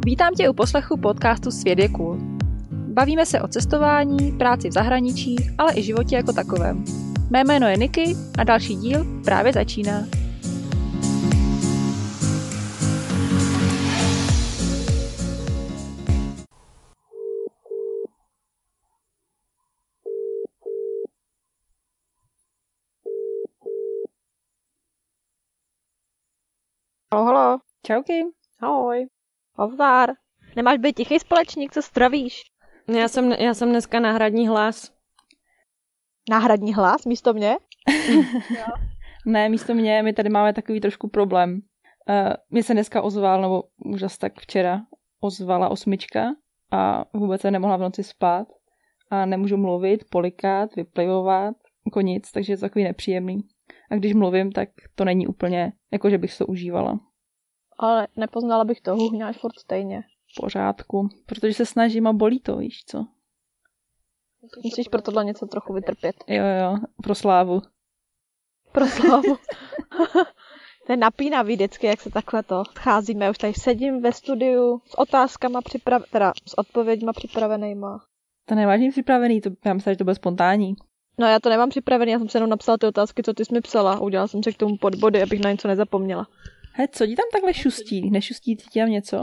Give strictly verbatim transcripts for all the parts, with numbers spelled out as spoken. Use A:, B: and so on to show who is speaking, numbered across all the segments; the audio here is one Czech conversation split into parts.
A: Vítám tě u poslechu podcastu Svět je cool. Bavíme se o cestování, práci v zahraničí, ale i životě jako takovém. Mé jméno je Niky a další díl právě začíná.
B: Halo, halo.
A: Čauky.
B: Ahoj. Ovzár. Nemáš být tichý společník, co zdravíš?
C: Já jsem, já jsem dneska náhradní hlas.
B: Náhradní hlas místo mě?
A: Ne, místo mě, my tady máme takový trošku problém. Uh, mě se dneska ozval, nebo už asi tak včera, ozvala osmička a vůbec se nemohla v noci spát a nemůžu mluvit, polikat, vyplivovat, jako nic, takže je to takový nepříjemný. A když mluvím, tak to není úplně, jako že bych to užívala.
B: Ale nepoznala bych to, huhňáš furt stejně.
A: V pořádku, protože se snažím a bolí to, víš co?
B: Musíš pro tohle něco trochu vytrpět.
A: Jo, jo, pro slávu.
B: Pro slávu. To je napínavý vždycky, jak se takhle to scházíme. Už tady sedím ve studiu s otázkama připrav... teda s odpověďma připravenýma.
A: To nemáš nic připravený, to, já myslím, že to bude spontánní.
B: No já to nemám připravený, já jsem se jenom napsala ty otázky, co ty jsi mi psala. Udělala jsem se k tomu podbody, abych na něco nezapomněla.
A: Hej, co ti tam takhle šustí? Nešustí ti tam něco?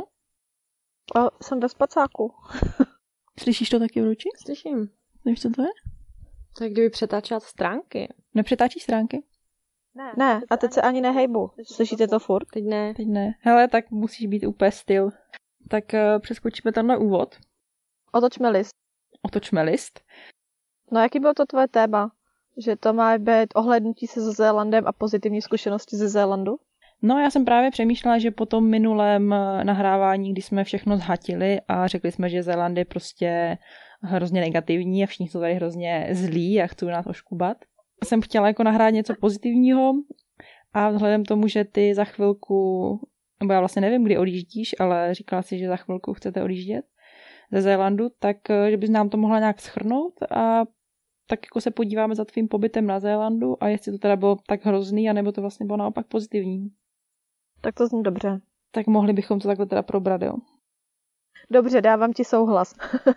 B: A jsem ve spacáku.
A: Slyšíš to taky v ruči?
C: Slyším.
A: Nevíš, co to je?
C: To je kdyby přetáčela stránky.
A: Nepřetáčíš stránky?
B: Ne, ne, a teď se ani nehejbu. Slyšíte to furt?
C: Teď ne.
A: Teď ne. Hele, tak musíš být úplně styl. Tak uh, přeskočíme tam na úvod.
B: Otočme list.
A: Otočme list.
B: No jaký byl to tvoje téma? Že to má být ohlédnutí se se Zélandem a pozitivní zkušenosti ze Zélandu?
A: No já jsem právě přemýšlela, že po tom minulém nahrávání, kdy jsme všechno zhatili a řekli jsme, že Zéland je prostě hrozně negativní a všichni jsou tady hrozně zlí a chcou nás oškubat, jsem chtěla jako nahrát něco pozitivního a vzhledem tomu, že ty za chvilku, nebo já vlastně nevím, kdy odjíždíš, ale říkala si, že za chvilku chcete odjíždět ze Zélandu, tak že bys nám to mohla nějak shrnout a tak jako se podíváme za tvým pobytem na Zélandu a jestli to teda bylo tak hrozný, anebo to vlastně bylo naopak pozitivní.
B: Tak to zní dobře.
A: Tak mohli bychom to takhle teda probrat, jo?
B: Dobře, dávám ti souhlas.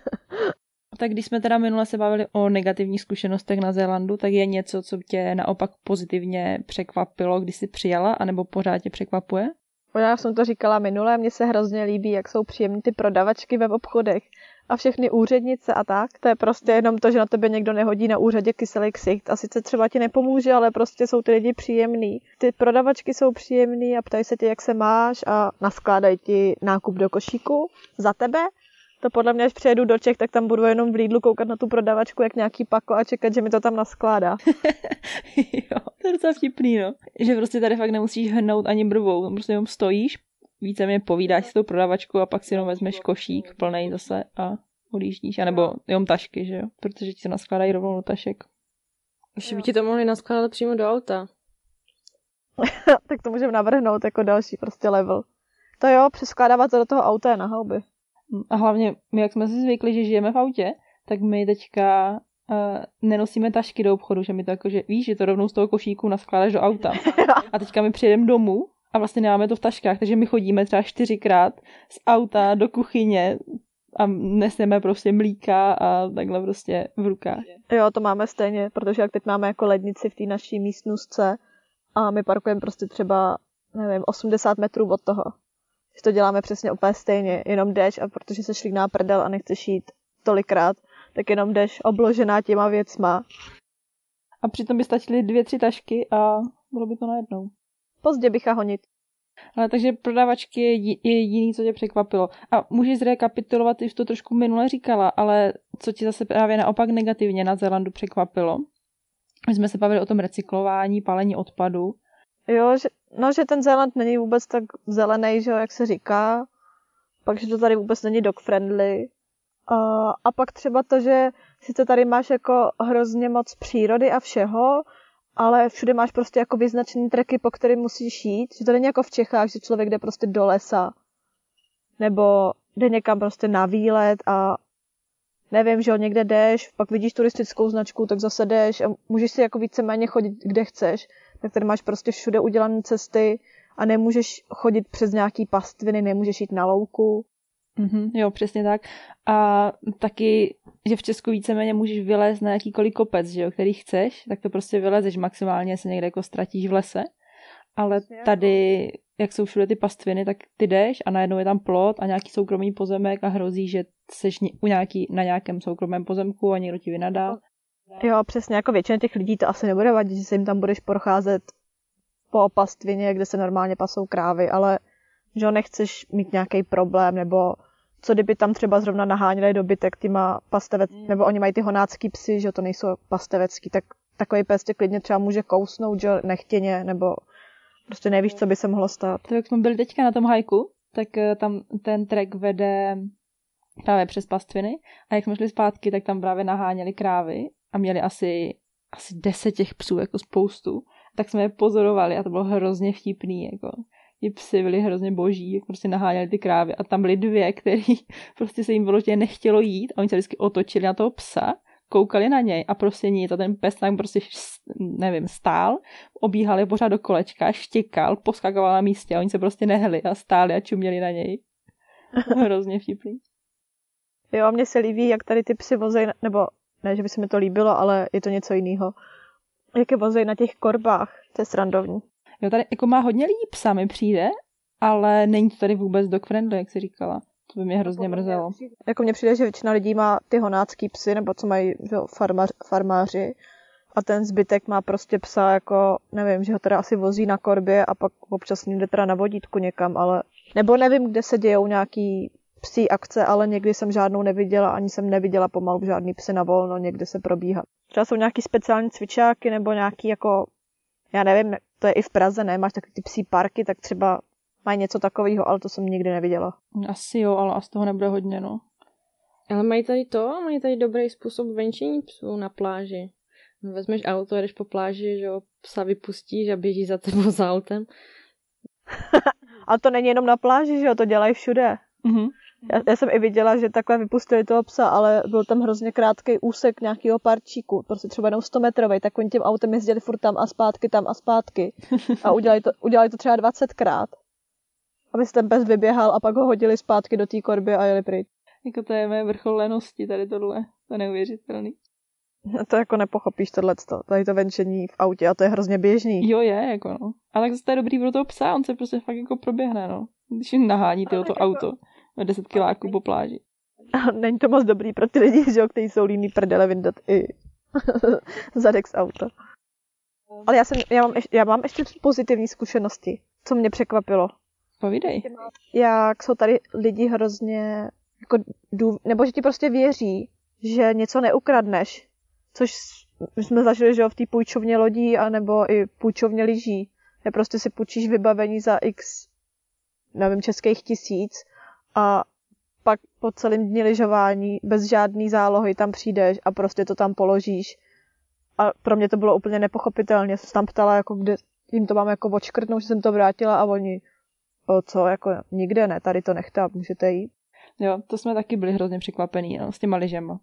A: Tak když jsme teda minule se bavili o negativních zkušenostech na Zélandu, tak je něco, co tě naopak pozitivně překvapilo, když jsi přijala, anebo pořád tě překvapuje?
B: Já jsem to říkala minule, mně se hrozně líbí, jak jsou příjemní ty prodavačky ve obchodech a všechny úřednice a tak. To je prostě jenom to, že na tebe někdo nehodí na úřadě kyselý ksicht a sice třeba ti nepomůže, ale prostě jsou ty lidi příjemný. Ty prodavačky jsou příjemný a ptají se tě, jak se máš a naskládají ti nákup do košíku za tebe. To podle mě, až přijedu do Čech, tak tam budu jenom v Lidlu koukat na tu prodavačku jak nějaký pako a čekat, že mi to tam naskládá.
A: Jo, to je docela vtipný, no. Že prostě tady fakt nemusíš hrnout ani brvou, tam prostě jenom stojíš, víceméně povídáš s tou prodavačkou a pak si jenom vezmeš košík plnej zase a odjíždíš, anebo jenom tašky, že jo, protože ti se naskládají rovnou do tašek.
C: Ještě by ti to mohli naskládat přímo do auta.
B: Tak to můžeme navrhnout jako další prostě level. To jo, přeskládávat to do toho auta je na houby.
A: A hlavně, my jak jsme si zvykli, že žijeme v autě, tak my teďka uh, nenosíme tašky do obchodu, že my to jako, že víš, že to rovnou z toho košíku naskládáš do auta. A teďka my přijedeme domů a vlastně nemáme to v taškách, takže my chodíme třeba čtyřikrát z auta do kuchyně a neseme prostě mlíka a takhle prostě v rukách.
B: Jo, to máme stejně, protože jak teď máme jako lednici v té naší místnostce a my parkujeme prostě třeba, nevím, osmdesát metrů od toho. Že to děláme přesně úplně stejně, jenom jdeš a protože se šlíkná prdel a nechceš jít tolikrát, tak jenom jdeš obložená těma věcma.
A: A přitom by stačily dvě, tři tašky a bylo by to najednou.
B: Pozdě bych a honit.
A: Ale takže prodavačky je, je jediný, co tě překvapilo. A můžeš zrekapitulovat, ty už to trošku minule říkala, ale co ti zase právě naopak negativně na Zélandu překvapilo? My jsme se bavili o tom recyklování, palení odpadu.
B: Jo, že, no, že ten Zéland není vůbec tak zelený, že jo, jak se říká. Pak, že to tady vůbec není dog friendly. A, a pak třeba to, že sice tady máš jako hrozně moc přírody a všeho, ale všude máš prostě jako vyznačený treky, po kterým musíš jít. Že to není jako v Čechách, že člověk jde prostě do lesa. Nebo jde někam prostě na výlet a nevím, že jo, někde jdeš, pak vidíš turistickou značku, tak zase jdeš a můžeš si jako víceméně chodit, kde chceš. Tak tady máš prostě všude udělané cesty a nemůžeš chodit přes nějaký pastviny, nemůžeš jít na louku.
A: Mm-hmm, jo, přesně tak. A taky, že v Česku víceméně můžeš vylézt na jakýkoliv kopec, že jo, který chceš, tak to prostě vylezeš maximálně, se někde jako ztratíš v lese. Ale tady, jak jsou všude ty pastviny, tak ty jdeš a najednou je tam plot a nějaký soukromý pozemek a hrozí, že seš u nějaký, na nějakém soukromém pozemku a někdo ti vynadá.
B: Jo, přesně, jako většina těch lidí to asi nebude vadit, že se jim tam budeš procházet po pastvině, kde se normálně pasou krávy, ale že nechceš mít nějaký problém, nebo co kdyby tam třeba zrovna naháněli dobytek těma pastevec, mm. nebo oni mají ty honácký psy, že to nejsou pastevecký, tak takový pes tě klidně třeba může kousnout, že nechtěně, nebo prostě nevíš, co by se mohlo stát.
A: To jak jsme byli teďka na tom hajku, tak tam ten trek vede právě přes pastviny a jak jsme šli zpátky, tak tam právě naháněli krávy a měli asi, asi deset těch psů, jako spoustu. Tak jsme je pozorovali a to bylo hrozně vtipný, jako. Ti psy byli hrozně boží, jako prostě naháněli ty krávy a tam byly dvě, který prostě se jim vyloženě nechtělo jít a oni se vždycky otočili na toho psa, koukali na něj a prostě nic a ten pes tam prostě, nevím, stál, obíhali pořád do kolečka, štěkal, poskakoval na místě a oni se prostě nehli a stáli a čuměli na něj. Hrozně vtipný.
B: Jo, mně se líbí, jak tady ty psy vozej, nebo ne, že by se mi to líbilo, ale je to něco jiného. Jak je vozej na těch korbách, to je srandovní.
A: Jo, tady jako má hodně lidí psa, mi přijde, ale není to tady vůbec dog friendly, jak jsi říkala. To by mě hrozně mrzelo.
B: Jako mně přijde, že většina lidí má ty honácký psy, nebo co mají že, farmař, farmáři. A ten zbytek má prostě psa, jako, nevím, že ho teda asi vozí na korbě a pak občas jde teda na vodítku někam, ale... Nebo nevím, kde se dějou nějaký psí akce, ale někdy jsem žádnou neviděla, ani jsem neviděla pomalu žádný psy na volno někde se probíhat. Třeba jsou nějaký speciální cvičáky, nebo nějaký jako, já nevím, to je i v Praze, ne, máš takový ty psí parky, tak třeba mají něco takového, ale to jsem nikdy neviděla.
A: Asi jo, ale asi toho nebude hodně, no.
C: Ale mají tady to, mají tady dobrý způsob venčení psů na pláži. Vezmeš auto, jedeš po pláži, že jo, psa vypustíš a běží za tebou za autem.
B: Ale to není jenom na pláži, že jo, to dělají všude.
A: Mhm.
B: Já, já jsem i viděla, že takhle vypustili toho psa, ale byl tam hrozně krátký úsek nějakého parčíku, prostě třeba jenom sto metrovej, tak oni tím autem jezdili furt tam a zpátky, tam a zpátky. A udělali to, udělali to třeba dvacetkrát. Aby se ten pes vyběhal a pak ho hodili zpátky do té korby a jeli pryč.
A: Jako to je mé vrchol lenosti tady tohle, to je neuvěřitelný.
B: To jako nepochopíš tohleto, tady to venčení v autě a to je hrozně běžný.
A: Jo je, jako no. Ale tak to je dobrý pro toho psa, on se prostě fakt jako proběhne, no. Když jim nahání tyho to auto na deset kiláků po pláži.
B: Není to moc dobrý pro ty lidi, že jo, kteří jsou líní prdele vyndat i zadek z auta. Ale já, jsem, já, mám, já mám ještě pozitivní zkušenosti, co mě překvapilo.
A: Povídej.
B: Jak jsou tady lidi hrozně, jako, nebo že ti prostě věří, že něco neukradneš, což jsme zažili, že jo, v té půjčovně lodí, anebo i půjčovně lyží, že prostě si půjčíš vybavení za x, nevím, českých tisíc a pak po celém dní lyžování bez žádný zálohy tam přijdeš a prostě to tam položíš. A pro mě to bylo úplně nepochopitelné. Já jsem se tam ptala, jako kde jim to mám jako odškrtnout, že jsem to vrátila a oni, o co, jako nikde ne, tady to nechte a můžete jít.
A: Jo, to jsme taky byli hrozně překvapení, no, s těma lyžema.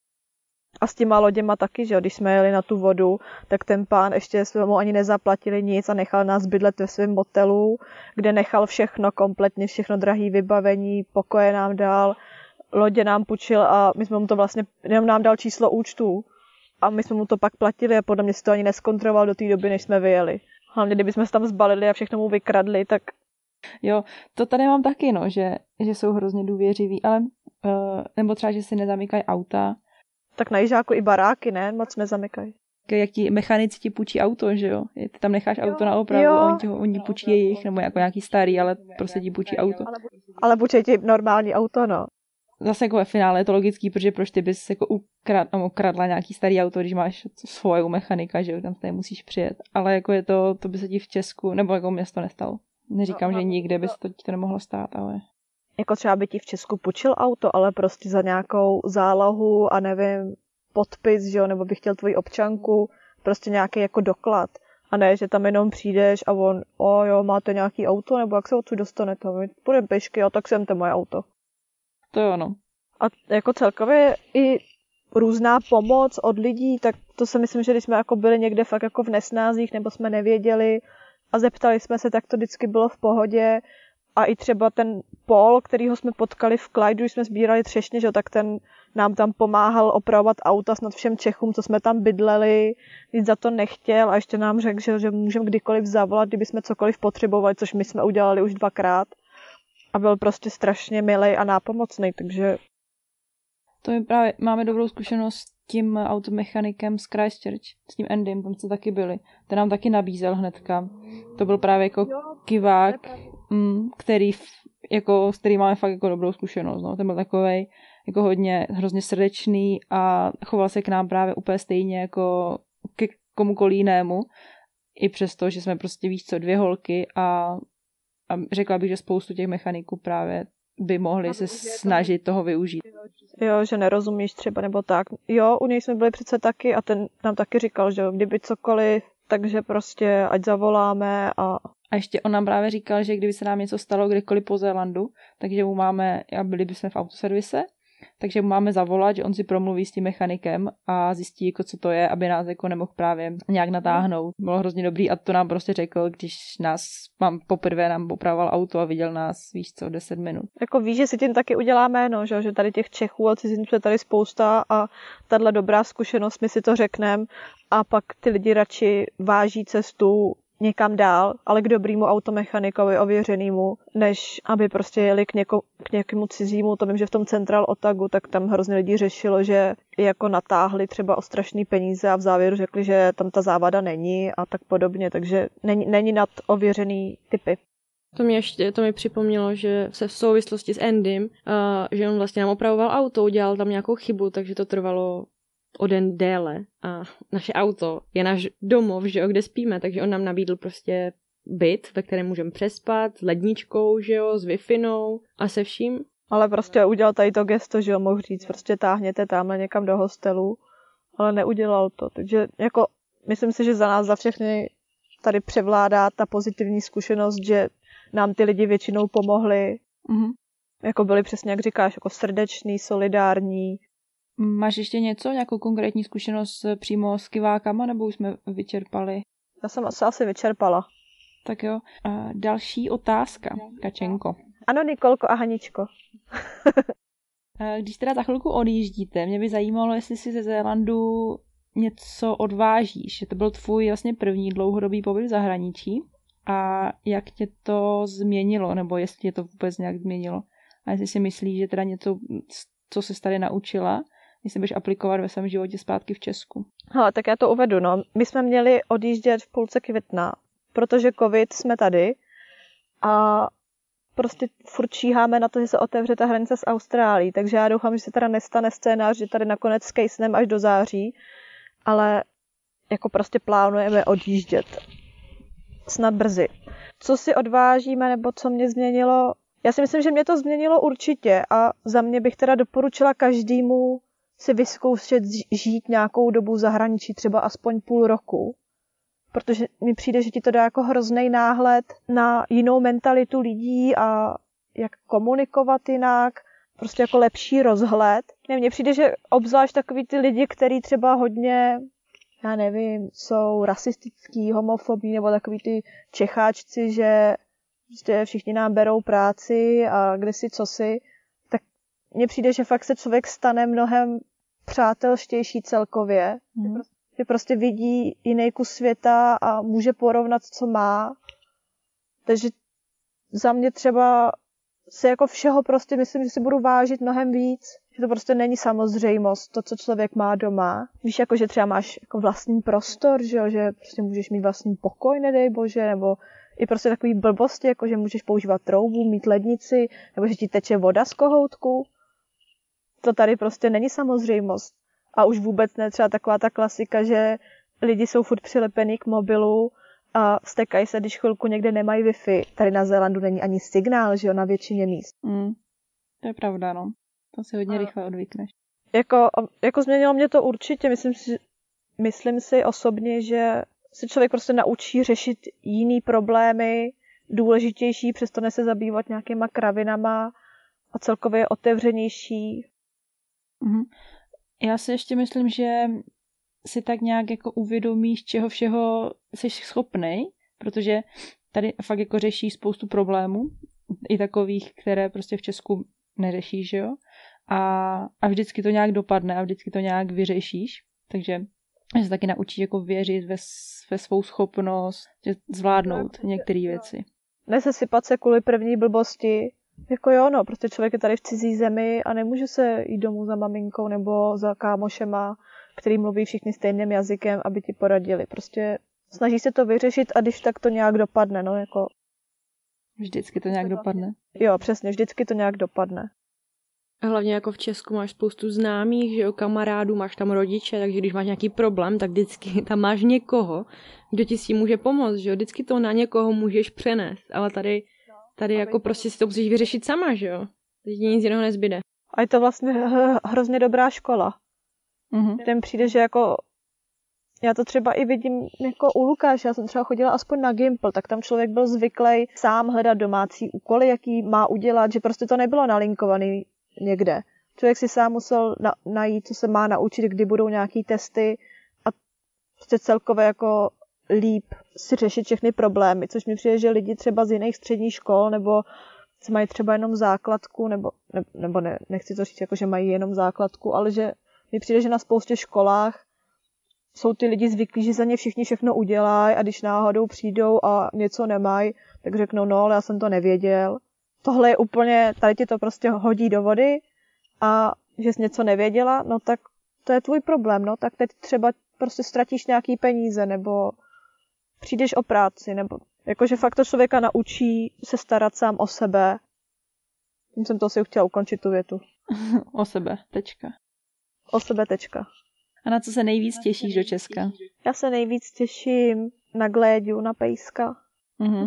B: A s těma loděma taky, že jo, když jsme jeli na tu vodu, tak ten pán ještě jsme mu ani nezaplatili nic a nechal nás bydlet ve svém motelu, kde nechal všechno, kompletně všechno drahý vybavení, pokoje nám dal, lodě nám půjčil a my jsme mu to vlastně, jenom nám dal číslo účtu a my jsme mu to pak platili a podle mě si to ani neskontroloval do té doby, než jsme vyjeli. Hlavně, kdybychom se tam zbalili a všechno mu vykradli, tak...
A: Jo, to tady mám taky, no, že, že jsou hrozně důvěřiví, ale uh, nebo třeba, že si nezamykají auta.
B: Tak na Jižáku i baráky, ne? Moc nezamykají.
A: Jak ti mechanici ti půjčí auto, že jo? Ty tam necháš jo, auto na opravu
B: jo.
A: a oni ti ho, oni půjčí jejich, nebo jako nějaký starý, ale prostě ti půjčí auto.
B: Ale půjčí ti normální auto, no.
A: Zase jako ve finále je to logický, protože proč ty bys jako ukrad, no, ukradla nějaký starý auto, když máš svoje u mechanika, že jo, tam se musíš přijet. Ale jako je to, to by se ti v Česku, nebo jako město nestalo. Neříkám, no, že nikde by se to, to nemohlo stát, ale...
B: Jako třeba by ti v Česku půjčil auto, ale prostě za nějakou zálohu a nevím, podpis, že jo, nebo bych chtěl tvoji občanku, prostě nějaký jako doklad. A ne, že tam jenom přijdeš a on, o jo, máte nějaký auto, nebo jak se odsud dostanete? Půjdeme pěšky, jo, tak semte moje auto.
A: To jo, no.
B: A jako celkově i různá pomoc od lidí, tak to si myslím, že když jsme jako byli někde fakt jako v nesnázích, nebo jsme nevěděli a zeptali jsme se, tak to vždycky bylo v pohodě. a i třeba ten Paul, kterýho jsme potkali v Clydu, když jsme sbírali třešně, že, tak ten nám tam pomáhal opravovat auta snad všem Čechům, co jsme tam bydleli, nic za to nechtěl a ještě nám řekl, že, že můžeme kdykoliv zavolat, kdyby jsme cokoliv potřebovali, což my jsme udělali už dvakrát. A byl prostě strašně milej a nápomocný, takže...
A: To je právě, máme dobrou zkušenost s tím automechanikem z Christchurch, s tím Endym, tam jsme taky byli. Ten nám taky nabízel hnedka. To byl právě jako jo, kivák, mm, který, jako, s kterým máme fakt jako dobrou zkušenost. No. Ten byl takovej jako hodně, hrozně srdečný a choval se k nám právě úplně stejně jako k komukoliv jinému. I přesto, že jsme prostě víc co dvě holky a, a řekla bych, že spoustu těch mechaniků právě by mohli se snažit toho využít.
B: Jo, že nerozumíš třeba nebo tak. Jo, u něj jsme byli přece taky a ten nám taky říkal, že kdyby cokoliv, takže prostě ať zavoláme a...
A: A ještě on nám právě říkal, že kdyby se nám něco stalo kdekoliv po Zélandu, takže mu máme, a byli bychom v autoservise, takže mu máme zavolat, že on si promluví s tím mechanikem a zjistí, jako, co to je, aby nás jako nemohl právě nějak natáhnout. Bylo hrozně dobrý a to nám prostě řekl, když nás mám poprvé nám opravoval auto a viděl nás, víš co, deset minut.
B: Jako víš, že si tím taky udělá jméno, že, že tady těch Čechů a cizinců je tady spousta a tahle dobrá zkušenost, my si to řekneme a pak ty lidi radši váží cestu někam dál, ale k dobrýmu automechanikovi ověřenýmu, než aby prostě jeli k, něko, k někému cizímu. To vím, že v tom Central Otagu, tak tam hrozně lidí řešilo, že jako natáhli třeba o strašný peníze a v závěru řekli, že tam ta závada není a tak podobně, takže není, není nad ověřený typy.
C: To mi ještě, to mi připomnělo, že se v souvislosti s Endym, uh, že on vlastně nám opravoval auto, udělal tam nějakou chybu, takže to trvalo o den déle a naše auto je náš domov, že jo, kde spíme, takže on nám nabídl prostě byt, ve kterém můžeme přespat, s ledničkou, že jo, s Wi-Finou a se vším.
B: Ale prostě udělal tady to gesto, že jo, mohl říct, prostě táhněte tamhle někam do hostelu, ale neudělal to, takže jako myslím si, že za nás, za všechny tady převládá ta pozitivní zkušenost, že nám ty lidi většinou pomohli,
A: Mm-hmm.
B: jako byli přesně, jak říkáš, jako srdeční, solidární.
A: Máš ještě něco, nějakou konkrétní zkušenost přímo s kivákama, nebo už jsme vyčerpali?
B: Já jsem se asi vyčerpala.
A: Tak jo. A další otázka, Kačenko.
B: Ano, Nikolko a Haničko.
A: Když teda za chvilku odjíždíte, mě by zajímalo, jestli si ze Zélandu něco odvážíš. Že to byl tvůj vlastně první dlouhodobý pobyt v zahraničí. A jak tě to změnilo, nebo jestli tě to vůbec nějak změnilo. A jestli si myslíš, že teda něco, co jsi tady naučila, jestli budeš aplikovat ve svém životě zpátky v Česku.
B: Hele, tak já to uvedu, no. My jsme měli odjíždět v půlce května, protože covid jsme tady a prostě furt číháme na to, že se otevře ta hranice s Austrálií, takže já doufám, že se teda nestane scénář, že tady nakonec skejsneme až do září, ale jako prostě plánujeme odjíždět. Snad brzy. Co si odvážíme, nebo co mě změnilo? Já si myslím, že mě to změnilo určitě a za mě bych teda doporučila každému si vyzkoušet žít nějakou dobu v zahraničí, třeba aspoň půl roku. Protože mi přijde, že ti to dá jako hrozný náhled na jinou mentalitu lidí a jak komunikovat jinak, prostě jako lepší rozhled. Ne, mně přijde, že obzvlášť takový ty lidi, kteří třeba hodně, já nevím, jsou rasistický, homofobní nebo takový ty čecháčci, že prostě všichni nám berou práci a kde si co si, tak mně přijde, že fakt se člověk stane mnohem přátelštější celkově. Mm. Že prostě vidí jiný kus světa a může porovnat, co má. Takže za mě třeba se jako všeho prostě myslím, že si budu vážit mnohem víc. Že to prostě není samozřejmost, to, co člověk má doma. Víš, jako, že třeba máš jako vlastní prostor, že, jo? Že prostě můžeš mít vlastní pokoj, nedej bože, nebo i prostě takový blbosti, jako že můžeš používat troubu, mít lednici, nebo že ti teče voda z kohoutku. To tady prostě není samozřejmost. A už vůbec ne třeba taková ta klasika, že lidi jsou furt přilepený k mobilu a vztekají se, když chvilku někde nemají Wi-Fi. Tady na Zélandu není ani signál, že jo, na většině míst.
A: Mm, to je pravda, no. To si hodně
B: a
A: rychle odvykneš.
B: Jako, jako změnilo mě to určitě. Myslím si, myslím si osobně, že se člověk prostě naučí řešit jiný problémy, důležitější, přestane se zabývat nějakýma kravinama a celkově je otevřenější.
A: Mhm. Já si ještě myslím, že si tak nějak jako uvědomíš, čeho všeho jsi schopnej, protože tady fakt jako řešíš spoustu problémů i takových, které prostě v Česku neřešíš, jo? A, a vždycky to nějak dopadne a vždycky to nějak vyřešíš. Takže se taky naučíš jako věřit ve, ve svou schopnost zvládnout některé věci.
B: Nesesypat se kvůli první blbosti. Jako jo, no, prostě člověk je tady v cizí zemi a nemůže se jít domů za maminkou nebo za kámošema, který mluví všichni stejným jazykem, aby ti poradili. Prostě snaží se to vyřešit a když tak to nějak dopadne, no, jako...
A: Vždycky to nějak dopadne.
B: Jo, přesně, vždycky to nějak dopadne.
C: A hlavně jako v Česku máš spoustu známých, že jo, kamarádů, máš tam rodiče, takže když máš nějaký problém, tak vždycky tam máš někoho, kdo ti s tím může pomoct, že jo, vždycky to na někoho můžeš přenést, ale tady, tady jako prostě si to musíš vyřešit sama, že jo, teď nic jiného nezbyde.
B: A je to vlastně hrozně dobrá škola.
A: Mm-hmm.
B: Ten přijde, že jako, já to třeba i vidím jako u Lukáše, já jsem třeba chodila aspoň na Gimpl, tak tam člověk byl zvyklý sám hledat domácí úkoly, jaký má udělat, že prostě to nebylo nalinkovaný někde. Člověk si sám musel na, najít, co se má naučit, kdy budou nějaký testy a prostě celkově jako líp si řešit všechny problémy, což mi přijde, že lidi třeba z jiných středních škol nebo co mají třeba jenom základku, nebo, ne, nebo ne, nechci to říct jako, že mají jenom základku, ale že mi přijde, že na spoustě školách jsou ty lidi zvyklí, že za ně všichni všechno udělají a když náhodou přijdou a něco nemají, tak řeknou, no, ale já jsem to nevěděl. Tohle je úplně, tady ti to prostě hodí do vody a že jsi něco nevěděla, no tak to je tvůj problém, no, tak teď třeba prostě ztratíš nějaký peníze, nebo přijdeš o práci, nebo jakože fakt to člověka naučí se starat sám o sebe. Tím jsem to si chtěla ukončit tu větu.
A: O sebe, tečka.
B: O sebe, tečka.
A: A na co se nejvíc těšíš do Česka?
B: Já se nejvíc těším na Gléďu, na Pejska.
A: Mhm.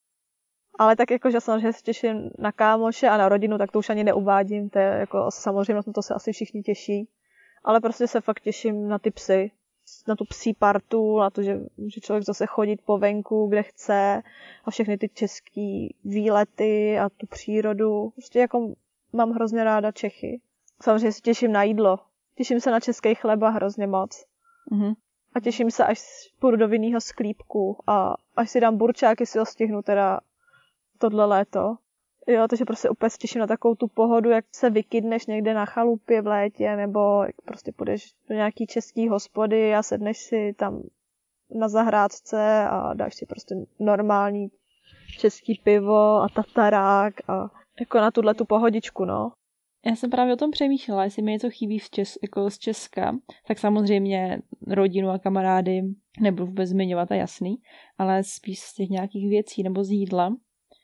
B: Ale tak jako, že samozřejmě se těším na kámoše a na rodinu, tak to už ani neuvádím, to je jako samozřejmě na to se asi všichni těší. Ale prostě se fakt těším na ty psy, na tu psí partu, na to, že může člověk zase chodit po venku, kde chce a všechny ty český výlety a tu přírodu. Prostě jako mám hrozně ráda Čechy. Samozřejmě se těším na jídlo. Těším se na český chleba hrozně moc.
A: Mhm.
B: A těším se, až půjdu do vinného sklípku a až si dám burčáky, si ho stihnu teda tohle léto. Jo, takže prostě úplně se těším na takovou tu pohodu, jak se vykydneš někde na chalupě v létě, nebo jak prostě půjdeš do nějaký český hospody a sedneš si tam na zahrádce a dáš si prostě normální český pivo a tatarák a jako na tuhle tu pohodičku, no.
A: Já jsem právě o tom přemýšlela, jestli mi něco chybí z, Čes, jako z Česka, tak samozřejmě rodinu a kamarády nebudu vůbec zmiňovat, a jasný, ale spíš z těch nějakých věcí nebo z jídla.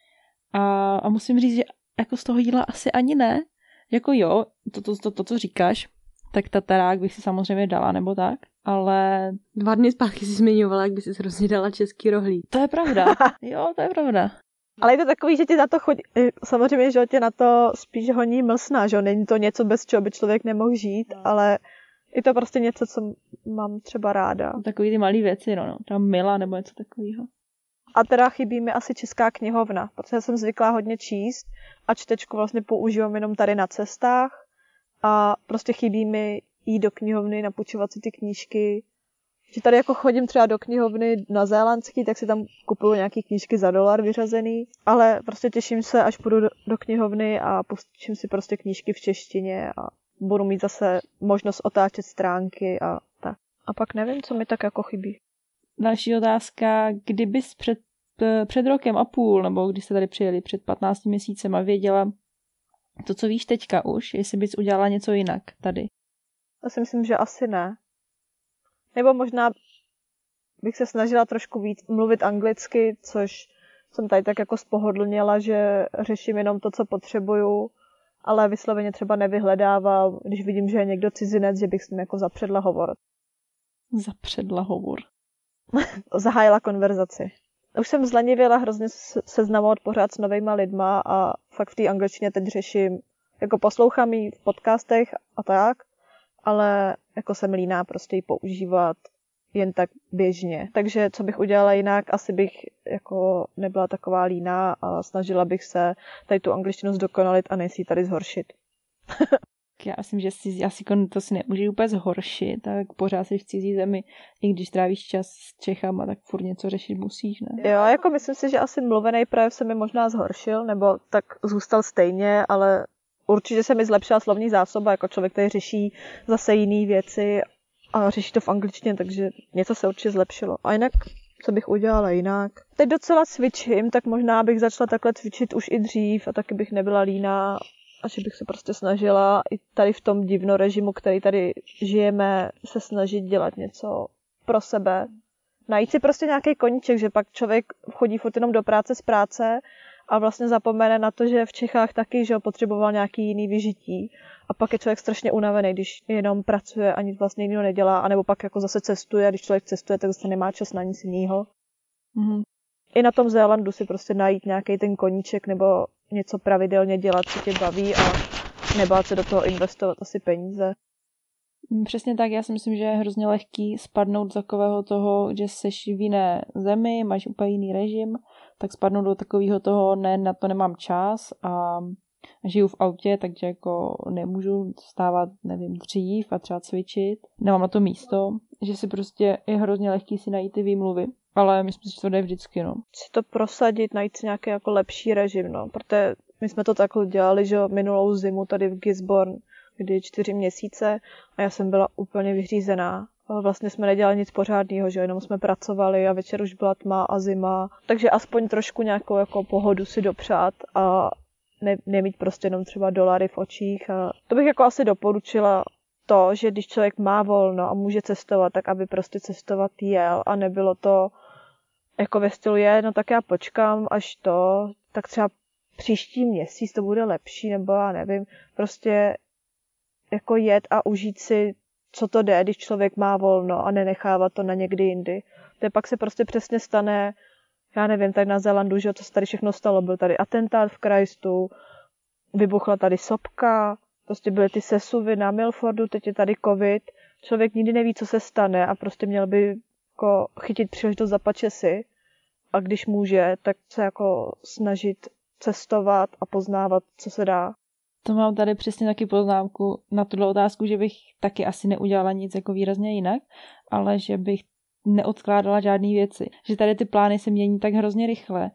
A: A, a musím říct, že jako z toho jídla asi ani ne. Jako jo, to, to, to, to co říkáš, tak tatarák bych si samozřejmě dala nebo tak, ale...
C: Dva dny zpátky si zmiňovala, jak by si hrozně dala český rohlík.
A: To je pravda, jo, to je pravda.
B: Ale je to takový, že ti na to chodí, samozřejmě, že tě na to spíš honí mlsna, že není to něco, bez čeho by člověk nemohl žít, ale je to prostě něco, co mám třeba ráda.
A: Takový ty malý věci, no, no, tam Mila nebo něco takového.
B: A teda chybí mi asi česká knihovna, protože jsem zvyklá hodně číst a čtečku vlastně používám jenom tady na cestách a prostě chybí mi jít do knihovny, napůjčovat si ty knížky. Že tady jako chodím třeba do knihovny na Zélandský, tak si tam kupuju nějaký knížky za dolar vyřazený, ale prostě těším se, až půjdu do, do knihovny a pustím si prostě knížky v češtině a budu mít zase možnost otáčet stránky a tak. A pak nevím, co mi tak jako chybí.
A: Další otázka, kdybys před, před rokem a půl, nebo když jste tady přijeli před patnácti měsícem a věděla to, co víš teďka už, jestli bys udělala něco jinak tady?
B: Já si myslím, že asi ne. Nebo možná bych se snažila trošku víc mluvit anglicky, což jsem tady tak jako spohodlněla, že řeším jenom to, co potřebuju, ale vysloveně třeba nevyhledávám, když vidím, že je někdo cizinec, že bych s ním jako zapředla hovor.
A: Zapředla hovor.
B: Zahájila konverzaci. Už jsem zlenivěla hrozně seznamovat pořád s novejma lidma a fakt v té angličtině teď řeším, jako poslouchám ji v podcastech a tak, ale jako jsem líná prostě ji používat jen tak běžně. Takže co bych udělala jinak, asi bych jako nebyla taková líná a snažila bych se tady tu angličtinu zdokonalit a nejsi ji tady zhoršit.
A: Já myslím, že si, asi to si nemůže úplně zhoršit, tak pořád jsi v cizí zemi, i když trávíš čas s Čechama, tak furt něco řešit musíš, ne?
B: Jo, jako myslím si, že asi mluvený projev se mi možná zhoršil, nebo tak zůstal stejně, ale určitě se mi zlepšila slovní zásoba, jako člověk, který řeší zase jiný věci a řeší to v angličtině, takže něco se určitě zlepšilo. A jinak, co bych udělala jinak? Teď docela cvičím, tak možná bych začala takhle cvičit už i dřív a taky bych nebyla líná a že bych se prostě snažila i tady v tom divno režimu, který tady žijeme, se snažit dělat něco pro sebe. Najít si prostě nějaký koníček, že pak člověk chodí furt jenom do práce z práce a vlastně zapomene na to, že v Čechách taky, že ho potřeboval nějaký jiný vyžití. A pak je člověk strašně unavený, když jenom pracuje a nic vlastně jiného nedělá, anebo pak jako zase cestuje, a když člověk cestuje, tak zase nemá čas na nic jiného. Mm-hmm. I na tom Zélandu si prostě najít nějaký ten koníček nebo něco pravidelně dělat, co tě baví a nebát se do toho investovat asi peníze.
A: Přesně tak, já si myslím, že je hrozně lehký spadnout z takového toho, že seš v jiné zemi, máš úplně jiný režim, tak spadnout do takového toho, ne, na to nemám čas a žiju v autě, takže jako nemůžu vstávat, nevím, dřív a třeba cvičit. Nemám na to místo, že si prostě je hrozně lehký si najít ty výmluvy, ale myslím si, že to jde vždycky, no.
B: Si to prosadit, najít si nějaký jako lepší režim, no, protože my jsme to takhle dělali, že minulou zimu tady v Gisborne, kdy čtyři měsíce a já jsem byla úplně vyřízená. Vlastně jsme nedělali nic pořádného, že jenom jsme pracovali a večer už byla tma a zima, takže aspoň trošku nějakou jako pohodu si dopřát a ne, nemít prostě jenom třeba dolary v očích. A to bych jako asi doporučila to, že když člověk má volno a může cestovat, tak aby prostě cestovat jel a nebylo to jako ve stylu je, no tak já počkám až to, tak třeba příští měsíc to bude lepší, nebo já nevím, prostě jako jet a užít si, co to jde, když člověk má volno a nenechávat to na někdy jindy. To pak se prostě přesně stane, já nevím, tak na Zélandu, že co se tady všechno stalo, byl tady atentát v Christu, vybuchla tady sopka, prostě byly ty sesuvy na Milfordu, teď je tady covid, člověk nikdy neví, co se stane a prostě měl by jako chytit příležitost za pačesy a když může, tak se jako snažit cestovat a poznávat, co se dá.
A: To mám tady přesně taky poznámku na tuhle otázku, že bych taky asi neudělala nic jako výrazně jinak, ale že bych neodkládala žádný věci. Že tady ty plány se mění tak hrozně rychle,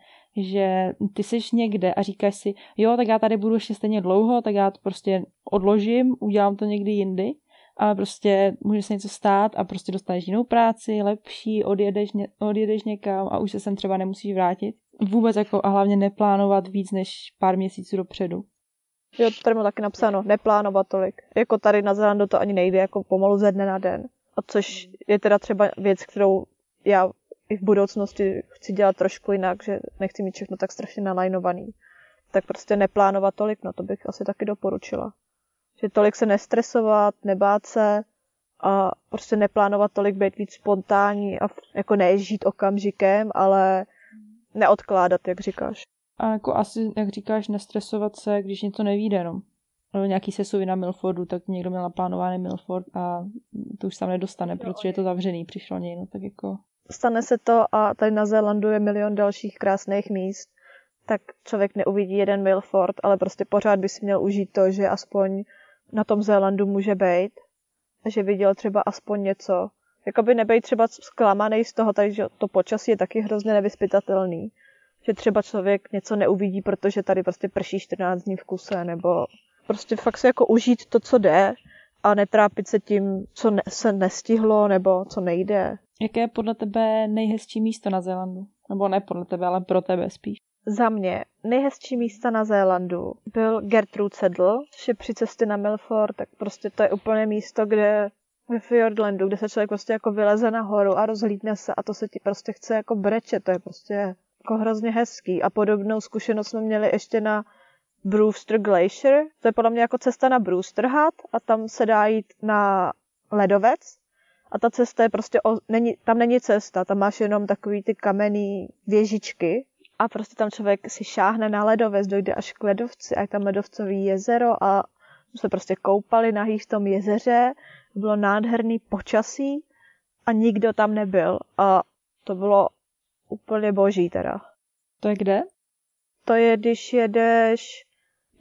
A: že ty seš někde a říkáš si, jo, tak já tady budu ještě stejně dlouho, tak já to prostě odložím, udělám to někdy jindy, ale prostě může se něco stát a prostě dostaneš jinou práci, lepší, odjedeš, odjedeš někam a už se sem třeba nemusíš vrátit. Vůbec jako a hlavně neplánovat víc než pár měsíců dopředu.
B: Jo, to tady mám taky napsáno, neplánovat tolik. Jako tady na Zélandu to ani nejde, jako pomalu ze dne na den. A což je teda třeba věc, kterou já i v budoucnosti chci dělat trošku jinak, že nechci mít všechno tak strašně nalajnovaný. Tak prostě neplánovat tolik, no to bych asi taky doporučila. Že tolik se nestresovat, nebát se a prostě neplánovat tolik, být víc spontánní a jako nežít okamžikem, ale neodkládat, jak říkáš.
A: A jako asi, jak říkáš, nestresovat se, když něco nevyjde, no. Nějaký sesuvy na Milfordu, tak někdo měl naplánovaný Milford a to už se tam nedostane, protože je to zavřený, přišlo něj, no tak jako...
B: Stane se to a tady na Zélandu je milion dalších krásných míst, tak člověk neuvidí jeden Milford, ale prostě pořád by si měl užít to, že aspoň na tom Zélandu může být a že viděl třeba aspoň něco. Jakoby nebejt třeba zklamaný z toho, takže to počasí je taky hrozně nevyzpytatelný. Že třeba člověk něco neuvidí, protože tady prostě prší čtrnáct dní v kuse, nebo prostě fakt se jako užít to, co jde a netrápit se tím, co ne- se nestihlo, nebo co nejde.
A: Jaké je podle tebe nejhezčí místo na Zélandu? Nebo ne podle tebe, ale pro tebe spíš.
B: Za mě nejhezčí místa na Zélandu byl Gertrude Saddle, což je při cestě na Milford, tak prostě to je úplně místo, kde ve Fiordlandu, kde se člověk prostě jako vyleze nahoru a rozhlídne se a to se ti prostě chce jako breče, to je prostě jako hrozně hezký. A podobnou zkušenost jsme měli ještě na Brewster Glacier, to je podle mě jako cesta na Brewster Hat a tam se dá jít na ledovec a ta cesta je prostě, o, není, tam není cesta, tam máš jenom takový ty kamenný věžičky a prostě tam člověk si šáhne na ledovec, dojde až k ledovci a je tam ledovcový jezero a jsme se prostě koupali nahý v tom jezeře, bylo nádherný počasí a nikdo tam nebyl a to bylo úplně boží teda.
A: To je kde?
B: To je, když jedeš,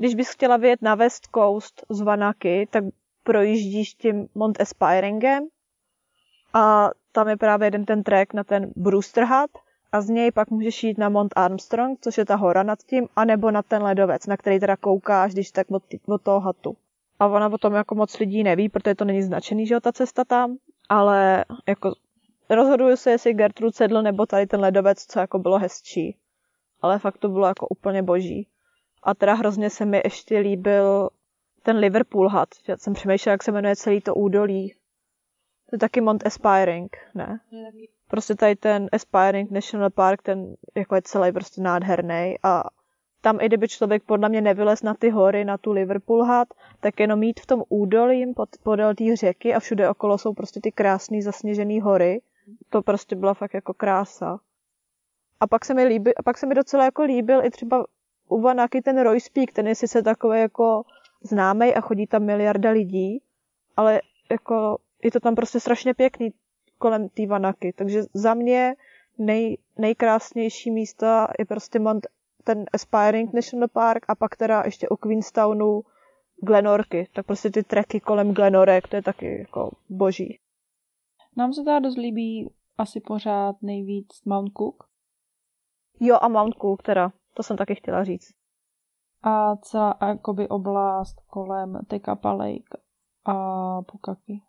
B: když bys chtěla vyjet na West Coast z Wanaki, tak projíždíš tím Mount Aspiringem a tam je právě jeden ten trek na ten Brewster Hut a z něj pak můžeš jít na Mount Armstrong, což je ta hora nad tím, anebo na ten ledovec, na který teda koukáš, když tak od, od toho hatu. A ona o tom jako moc lidí neví, protože to není značený, že jo, ta cesta tam, ale jako rozhoduju se, jestli Gertrude Saddle nebo tady ten ledovec, co jako bylo hezčí. Ale fakt to bylo jako úplně boží. A teda hrozně se mi ještě líbil ten Liverpool Hut. Já jsem přemýšlela, jak se jmenuje celý to údolí. To je taky Mount Aspiring, ne? Prostě tady ten Aspiring National Park, ten jako je celý prostě nádherný a tam i kdyby člověk podle mě nevylez na ty hory, na tu Liverpool Hut, tak jenom jít v tom údolím pod, podél té řeky a všude okolo jsou prostě ty krásný zasněžený hory. To prostě byla fakt jako krása. A pak se mi líbil, a pak se mi docela jako líbil i třeba u Wanaki ten Royce Peak, ten je sice takový jako známej a chodí tam miliarda lidí, ale jako je to tam prostě strašně pěkný kolem té Wanaki. Takže za mě nej, nejkrásnější místa je prostě Mount, ten Aspiring National Park a pak teda ještě u Queenstownu Glenorchy. Tak prostě ty treky kolem Glenorek, to je taky jako boží.
A: Nám se teda dost líbí asi pořád nejvíc Mount Cook.
B: Jo a Mount Cook teda, to jsem taky chtěla říct.
A: A celá jakoby oblast kolem Tecapa Lake a Pukaki.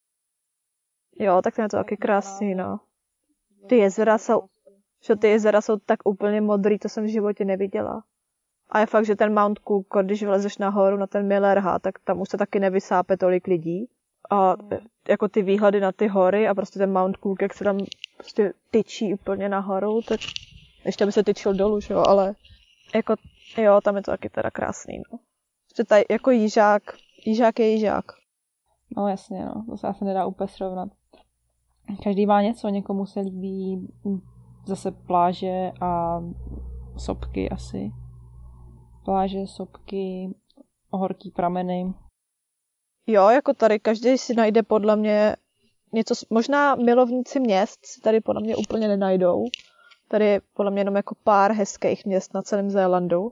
B: Jo, tak ten je to taky krásný, no. Ty jezera jsou, že ty jezera jsou tak úplně modrý, to jsem v životě neviděla. A je fakt, že ten Mount Cook, když vlezeš nahoru na ten Miller Hut, tak tam už se taky nevysápe tolik lidí. A jako ty výhledy na ty hory a prostě ten Mount Cook, jak se tam prostě tyčí úplně nahoru, tak ještě by se tyčil dolů, že jo, ale jako, jo, tam je to taky teda krásný, no. Prostě tady jako jížák, jížák je jížák.
A: No jasně, no, to se asi nedá úplně srovnat. Každý má něco, někomu se líbí zase pláže a sopky asi. Pláže, sopky, horký prameny.
B: Jo, jako tady každý si najde podle mě něco, možná milovníci měst si tady podle mě úplně nenajdou. Tady je podle mě jenom jako pár hezkých měst na celém Zélandu.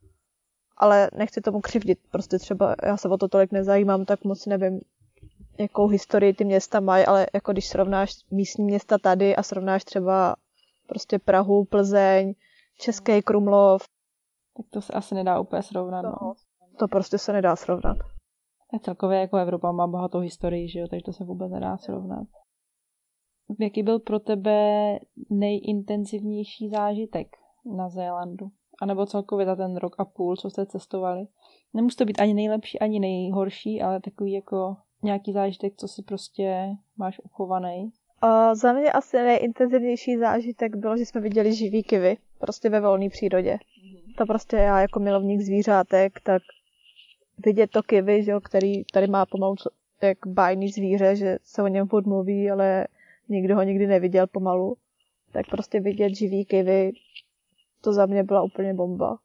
B: Ale nechci tomu křivdit, prostě třeba já se o to tolik nezajímám, tak moc nevím, jakou historii ty města mají, ale jako když srovnáš místní města tady a srovnáš třeba prostě Prahu, Plzeň, Český Krumlov.
A: Tak to se asi nedá úplně srovnat,
B: to,
A: no.
B: To prostě se nedá srovnat.
A: A celkově jako Evropa má bohatou historii, že jo, takže to se vůbec nedá srovnat. Jaký byl pro tebe nejintenzivnější zážitek na Zélandu? A nebo celkově za ten rok a půl, co jste cestovali? Nemusí to být ani nejlepší, ani nejhorší, ale takový jako nějaký zážitek, co si prostě máš uchovaný.
B: Uh, za mě asi nejintenzivnější zážitek bylo, že jsme viděli živý kivy, prostě ve volné přírodě. Mm-hmm. To prostě já jako milovník zvířátek, tak vidět to kivy, že jo, který tady má pomalu jak bájný zvíře, že se o něm furt mluví, ale nikdo ho nikdy neviděl pomalu. Tak prostě vidět živý kivy, to za mě byla úplně bomba.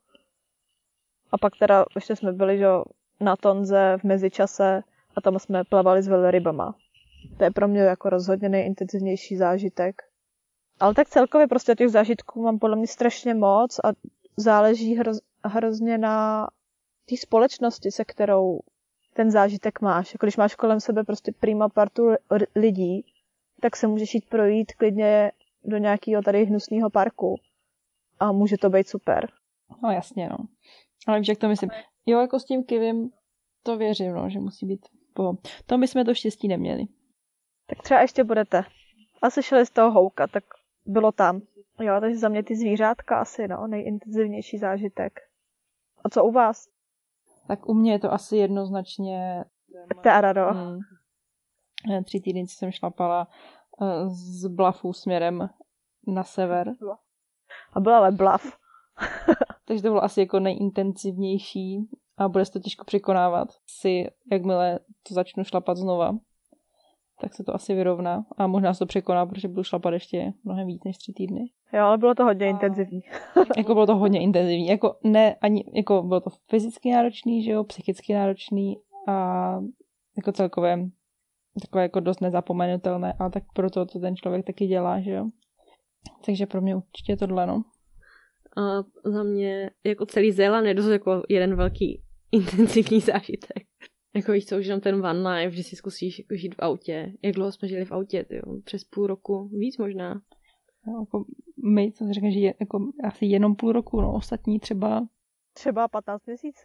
B: A pak teda ještě jsme byli, že jo, na Tonze v mezičase a tam jsme plavali s velrybama. To je pro mě jako rozhodně nejintenzivnější zážitek. Ale tak celkově prostě těch zážitků mám podle mě strašně moc a záleží hroz, hrozně na té společnosti, se kterou ten zážitek máš. Jako když máš kolem sebe prostě prima partu lidí, tak se můžeš jít projít klidně do nějakého tady hnusného parku. A může to být super.
A: No jasně, no. Ale víš, jak to myslím. Jo, jako s tím kivem to věřím, no, že musí být po... To my jsme to štěstí neměli.
B: Tak třeba ještě budete. A slyšeli z toho houka, tak bylo tam. Jo, takže za mě ty zvířátka asi, no, nejintenzivnější zážitek. A co u vás?
A: Tak u mě je to asi jednoznačně...
B: Tearado.
A: Hmm. Tři týdny jsem šlapala z Bluffu směrem na sever.
B: A byla ale Bluff.
A: Takže to bylo asi jako nejintenzivnější a bude se to těžko překonávat. Si, jakmile to začnu šlapat znova, tak se to asi vyrovná a možná se to překoná, protože budu šlapat ještě mnohem víc než tři týdny.
B: Jo, ale bylo to hodně a... intenzivní.
A: Jako bylo to hodně intenzivní. Jako ne ani, jako bylo to fyzicky náročný, že jo, psychicky náročný a jako celkově takové jako dost nezapomenutelné, ale tak proto to ten člověk taky dělá, že jo. Takže pro mě určitě tohle, no.
C: A za mě jako celý Zéland je dost jako jeden velký intenzivní zážitek. Jako víš co, už jenom ten van life, že si zkusíš jako žít v autě. Jak dlouho jsme žili v autě, tyjo? Přes půl roku, víc možná.
A: No, jako my, co řekne, že je jako asi jenom půl roku, no ostatní třeba...
B: Třeba patnáct měsíců.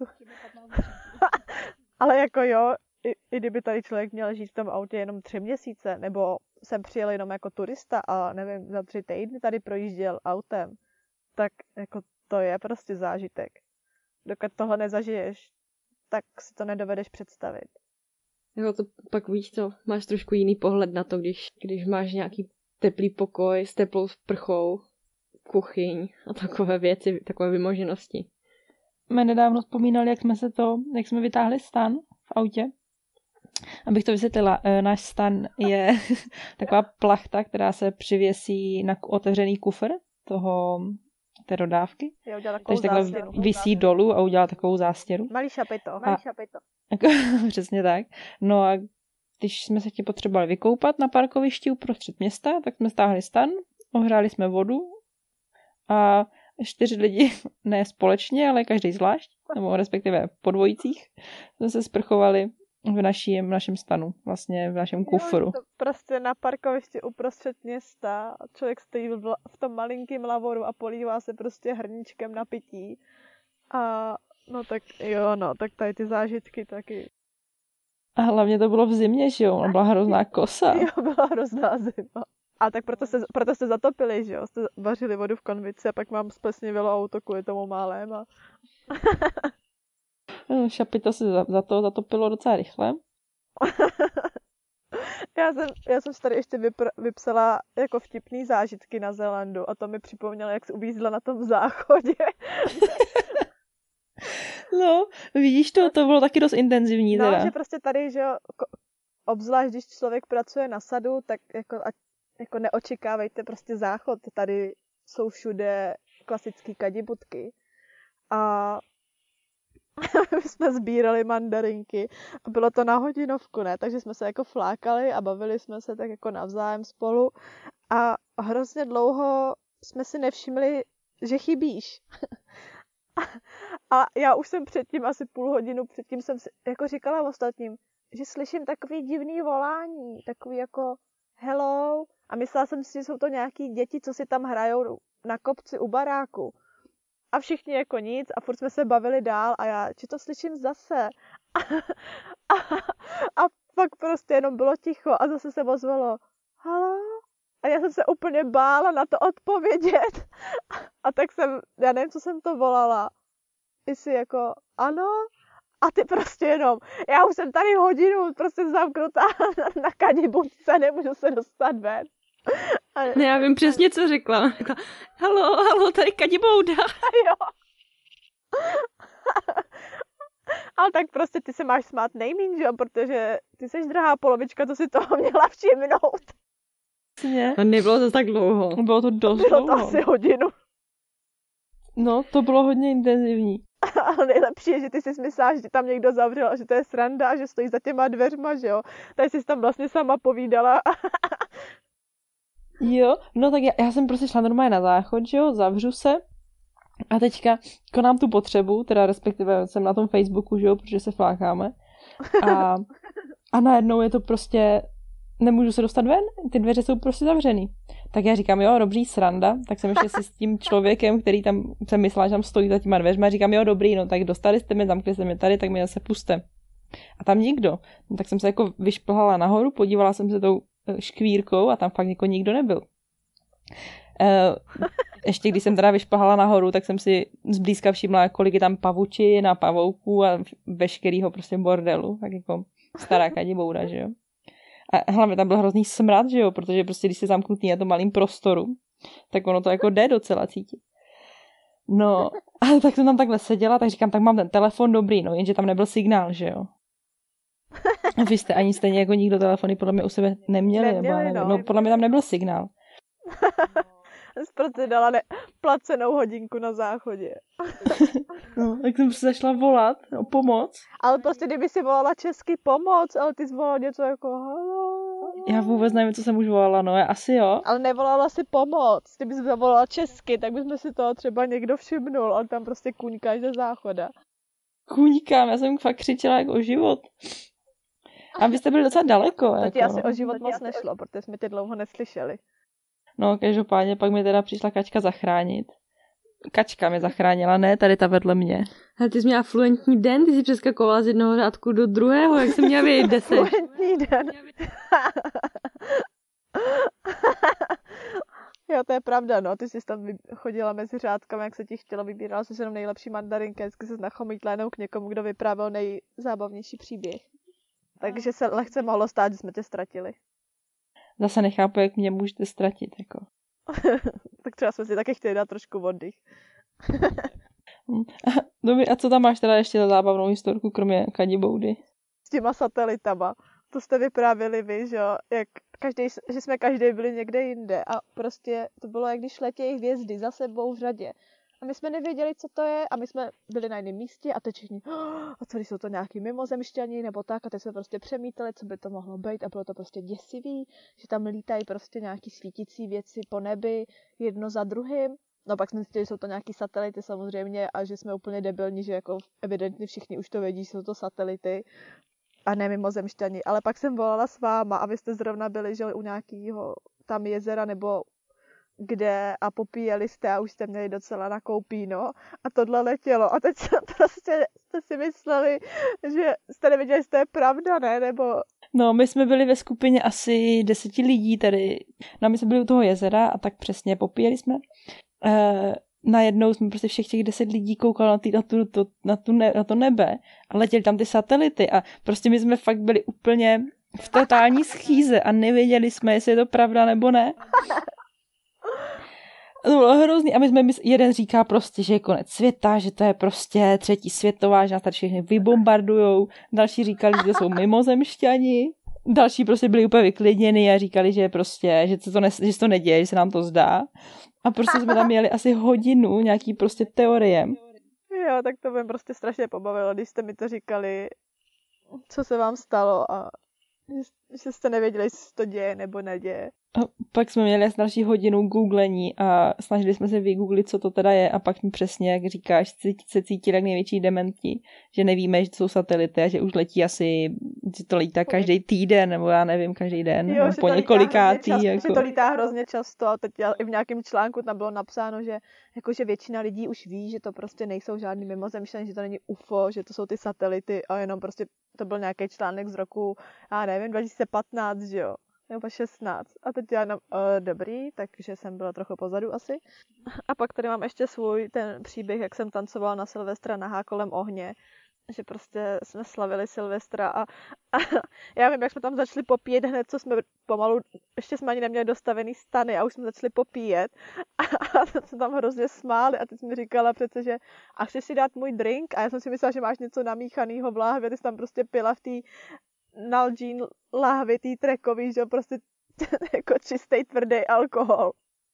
B: Ale jako jo, i, i kdyby tady člověk měl žít v tom autě jenom tři měsíce, nebo jsem přijel jenom jako turista a nevím, za tři týdny tady projížděl autem, tak jako to je prostě zážitek. Dokud tohle nezažiješ, tak si to nedovedeš představit.
C: Jako to pak víš co, máš trošku jiný pohled na to, když, když máš nějaký teplý pokoj s teplou sprchou, kuchyň a takové věci, takové vymoženosti.
A: My nedávno vzpomínali, jak jsme se to, jak jsme vytáhli stan v autě. Abych to vysvětlila, náš stan je taková plachta, která se přivěsí na otevřený kufr toho, té dodávky. Takže takhle zástěru. Visí dolů a udělá takovou zástěru.
B: Malý šapito, malý šapito.
A: Jako, přesně tak. No a když jsme se tě potřebovali vykoupat na parkovišti uprostřed města, tak jsme stáhli stan, ohřáli jsme vodu a čtyři lidi, ne společně, ale každý zvlášť, nebo respektive po dvojicích, jsme se sprchovali v našem, v našem stanu, vlastně v našem kufru.
B: Jo, to prostě na parkovišti uprostřed města a člověk stojí v, v tom malinkém lavoru a polívá se prostě hrníčkem na pití. A no tak jo, no, tak tady ty zážitky taky.
A: A hlavně to bylo v zimě, že jo? Byla hrozná kosa.
B: Jo, byla hrozná zima. A tak proto se, proto se zatopili, že jo? Jste vařili vodu v konvici a pak mám splesnivělo auto kvůli tomu málem a...
A: No, šapito se za, za to zatopilo docela rychle.
B: já, jsem, já jsem si tady ještě vypr- vypsala jako vtipný zážitky na Zélandu a to mi připomnělo, jak jsi uvízla na tom záchodě.
A: No, vidíš to, to bylo taky dost intenzivní teda.
B: No, že prostě tady, že jo, obzvlášť když člověk pracuje na sadu, tak jako, a, jako neočekávejte prostě záchod. Tady jsou všude klasické kadibutky. A my jsme sbírali mandarinky a bylo to na hodinovku, ne? Takže jsme se jako flákali a bavili jsme se tak jako navzájem spolu a hrozně dlouho jsme si nevšimli, že chybíš. A já už jsem předtím, asi půl hodinu předtím jsem si jako říkala ostatním, že slyším takový divný volání, takový jako hello a myslela jsem si, že jsou to nějaký děti, co si tam hrajou na kopci u baráku. A všichni jako nic a furt jsme se bavili dál a já, či to slyším zase. A, a, a pak prostě jenom bylo ticho a zase se ozvalo halo. A já jsem se úplně bála na to odpovědět. A tak jsem, já nevím, co jsem to volala. Jestli jako ano. A ty prostě jenom, já už jsem tady hodinu prostě zamknutá na kadibutce, nemůžu se dostat ven.
C: Ne, já vím přesně, co řekla. Halo, halo, tady kadibouda.
B: Jo. Ale tak prostě ty se máš smát nejmín, že jo, protože ty seš drahá polovička, to si toho měla všimnout.
C: To nebylo to tak dlouho.
A: Bylo to dost
B: Bylo
A: dlouho.
B: to asi hodinu.
A: No, to bylo hodně intenzivní.
B: Ale nejlepší je, že ty si myslela, že tam někdo zavřel a že to je sranda a že stojí za těma dveřma, že jo. Tady jsi tam vlastně sama povídala.
A: Jo, no tak já, já jsem prostě šla normálně na záchod, že jo, zavřu se a teďka konám tu potřebu, teda respektive jsem na tom Facebooku, že jo, protože se flákáme a, a najednou je to prostě, nemůžu se dostat ven, ty dveře jsou prostě zavřený. Tak já říkám, jo, dobrý, sranda, tak jsem ještě si s tím člověkem, který tam, jsem myslela, že tam stojí za těma dveřma, říkám, jo, dobrý, no tak dostali jste mě, zamkli jste mě tady, tak mě zase puste. A tam nikdo. No, tak jsem se jako vyšplhala nahoru, podívala jsem se tou škvírkou a tam fakt jako nikdo nebyl. Ještě když jsem teda vyšplhala nahoru, tak jsem si zblízka všimla, kolik je tam pavučin a pavouků a veškerýho prostě bordelu. Tak jako stará kadibouda, že jo. A hlavně tam byl hrozný smrad, že jo, protože prostě když jsi zamknutý na tom malým prostoru, tak ono to jako jde docela cítit. No, a tak jsem tam takhle seděla, tak říkám, tak mám ten telefon dobrý, no, jenže tam nebyl signál, že jo. Vy jste ani stejně jako nikdo telefony podle mě u sebe neměli,
B: neměli
A: nebo
B: no.
A: no, podle mě tam nebyl signál.
B: Proto dala ne- placenou hodinku na záchodě.
A: No, tak jsem se šla volat o pomoc.
B: Ale prostě kdyby si volala česky pomoc, ale ty jsi volala něco jako halo.
A: Já vůbec nevím, co jsem už volala, no, asi jo.
B: Ale nevolala si pomoc. Kdyby jsi zavolala česky, tak bychom si toho třeba někdo všimnul, ale tam prostě kuňkáš ze záchoda.
A: Kuňkám, já jsem fakt křičela jako o život. A vy jste byli docela daleko.
B: To
A: jako,
B: ti asi
A: no.
B: o život moc nešlo, protože jsme tě dlouho neslyšeli.
A: No, každopádně pak mi teda přišla Kačka zachránit. Kačka mě zachránila, ne tady ta vedle mě.
C: Ale ty jsi měla fluentní den, ty jsi přeskakovala z jednoho řádku do druhého, jak jsem měla vědět, kde seš.
B: Fluentní den. Jo, to je pravda, no. Ty jsi tam vy- chodila mezi řádkami, jak se ti chtělo, vybírala jsi jenom nejlepší mandarinky, vždycky se nachomítla jenom k někomu, kdo vyprávěl nejzábavnější příběh. Takže se lehce mohlo stát, že jsme tě ztratili.
A: Zase nechápu, jak mě můžete ztratit, jako.
B: Tak třeba jsme si taky chtěli dát trošku oddych.
A: Dobrý, a co tam máš teda ještě za zábavnou historku, kromě kadiboudy?
B: S těma satelitama. To jste vyprávěli vy, že jo, jak každý, že jsme každý byli někde jinde a prostě to bylo, jak když letějí hvězdy za sebou v řadě. A my jsme nevěděli, co to je a my jsme byli na jiném místě a teď všichni, oh, a co když jsou to nějaký mimozemšťani nebo tak a teď jsme prostě přemítali, co by to mohlo být a bylo to prostě děsivý, že tam lítají prostě nějaký svítící věci po nebi jedno za druhým. No pak jsme zjistili, že jsou to nějaký satelity samozřejmě a že jsme úplně debilní, že jako evidentně všichni už to vědí, že jsou to satelity a ne mimozemšťani. Ale pak jsem volala s váma a vy jste zrovna byli, že u nějakého tam jezera nebo kde a popíjeli jste a už jste měli docela na koupíno a tohle letělo. A teď prostě jste si mysleli, že jste nevěděli, jestli to je pravda, ne? Nebo...
A: No, my jsme byli ve skupině asi deseti lidí tady. No, my jsme byli u toho jezera a tak přesně popíjeli jsme. E, najednou jsme prostě všech těch deset lidí koukali na, tý, na, tu, to, na, tu ne, na to nebe a letěli tam ty satelity a prostě my jsme fakt byli úplně v totální schýze a nevěděli jsme, jestli je to pravda nebo ne. To bylo hrozný a my jsme, jeden říká prostě, že je konec světa, že to je prostě třetí světová, že nás tady všechny vybombardujou, další říkali, že to jsou mimozemšťani, další prostě byli úplně vyklidněni a říkali, že prostě, že se to, ne, že se to neděje, že se nám to zdá. A prostě jsme tam měli asi hodinu nějaký prostě teorie.
B: Jo, tak to mě prostě strašně pobavilo, když jste mi to říkali, co se vám stalo a že jste nevěděli, jestli se to děje nebo neděje.
A: A pak jsme měli asi další hodinu googlení a snažili jsme se vygooglit, co to teda je a pak mi přesně, jak říkáš, se cítili jak největší dementi, že nevíme, že to jsou satelity a že už letí asi, že to lítá každý týden, nebo já nevím, každý den,
B: jo,
A: nebo po několikátý.
B: Často,
A: jako.
B: že to lítá hrozně často a teď i v nějakém článku tam bylo napsáno, že, jako, že většina lidí už ví, že to prostě nejsou žádný mimozemšťané, že to není U F O, že to jsou ty satelity a jenom prostě to byl nějaký článek z roku, já nevím, dva tisíce patnáct, že jo. Nebo šestnáct. A teď já jenom, uh, dobrý, takže jsem byla trochu pozadu asi. A pak tady mám ještě svůj ten příběh, jak jsem tancovala na Silvestra nahá kolem ohně. Že prostě jsme slavili Silvestra a, a já vím, jak jsme tam začali popíjet hned, co jsme pomalu, ještě jsme ani neměli dostavený stany a už jsme začali popíjet a, a jsme tam hrozně smáli a teď mi říkala přece, že a chceš si dát můj drink a já jsem si myslela, že máš něco namíchanýho v láhvi, ty jsi tam prostě pila v té Nalgene lahvi, tý trekový, že jo, prostě jako čistý tvrdý alkohol.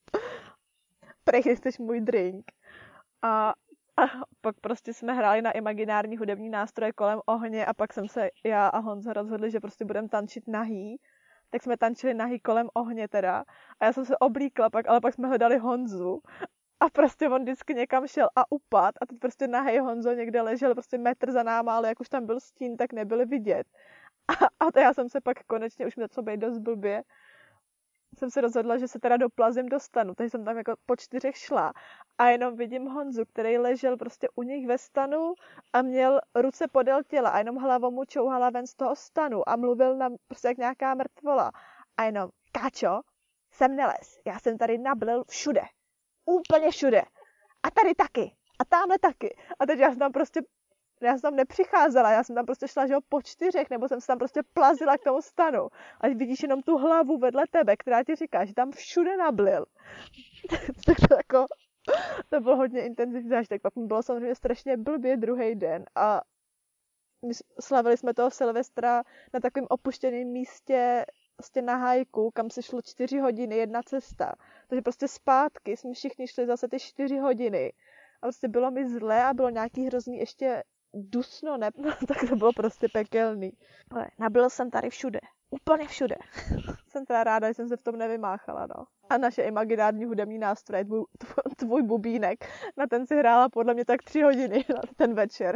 B: Prej, chceš můj drink. A, a pak prostě jsme hráli na imaginární hudební nástroje kolem ohně a pak jsem se já a Honza rozhodli, že prostě budeme tančit nahý. Tak jsme tančili nahý kolem ohně teda. A já jsem se oblíkla pak, ale pak jsme hledali Honzu. A prostě on vždycky někam šel a upad a teď prostě nahej Honzo někde ležel prostě metr za náma, ale jak už tam byl stín, tak nebyl vidět. A, a to já jsem se pak konečně, už mi začalo být dost blbě, jsem se rozhodla, že se teda do plazem dostanu, takže jsem tam jako po čtyřech šla a jenom vidím Honzu, který ležel prostě u nich ve stanu a měl ruce podél těla a jenom hlavou mu čouhala ven z toho stanu a mluvil nám prostě jak nějaká mrtvola. A jenom, Káčo, sem nelez, já jsem tady nablil všude, úplně všude a tady taky a tamhle taky a teď já jsem tam prostě já jsem tam nepřicházela, já jsem tam prostě šla, že jo, po čtyřech, nebo jsem se tam prostě plazila k tomu stanu. A vidíš jenom tu hlavu vedle tebe, která ti říká, že tam všude nablil. Tak to jako, to bylo hodně intenzivní zážitek. Pak mi bylo samozřejmě strašně blbě druhý den a my slavili jsme toho Silvestra na takovém opuštěném místě prostě na hajku, kam se šlo čtyři hodiny, jedna cesta. Takže prostě zpátky jsme všichni šli zase ty čtyři hodiny. A prostě bylo mi zlé a bylo nějaký hrozný ještě dusno, ne? No, tak to bylo prostě pekelný. Ale nabil jsem tady všude. úplně všude. Jsem teda ráda, že jsem se v tom nevymáchala, no. A naše imaginární hudební nástroje, tvůj, tvůj bubínek, na ten si hrála podle mě tak tři hodiny na ten večer.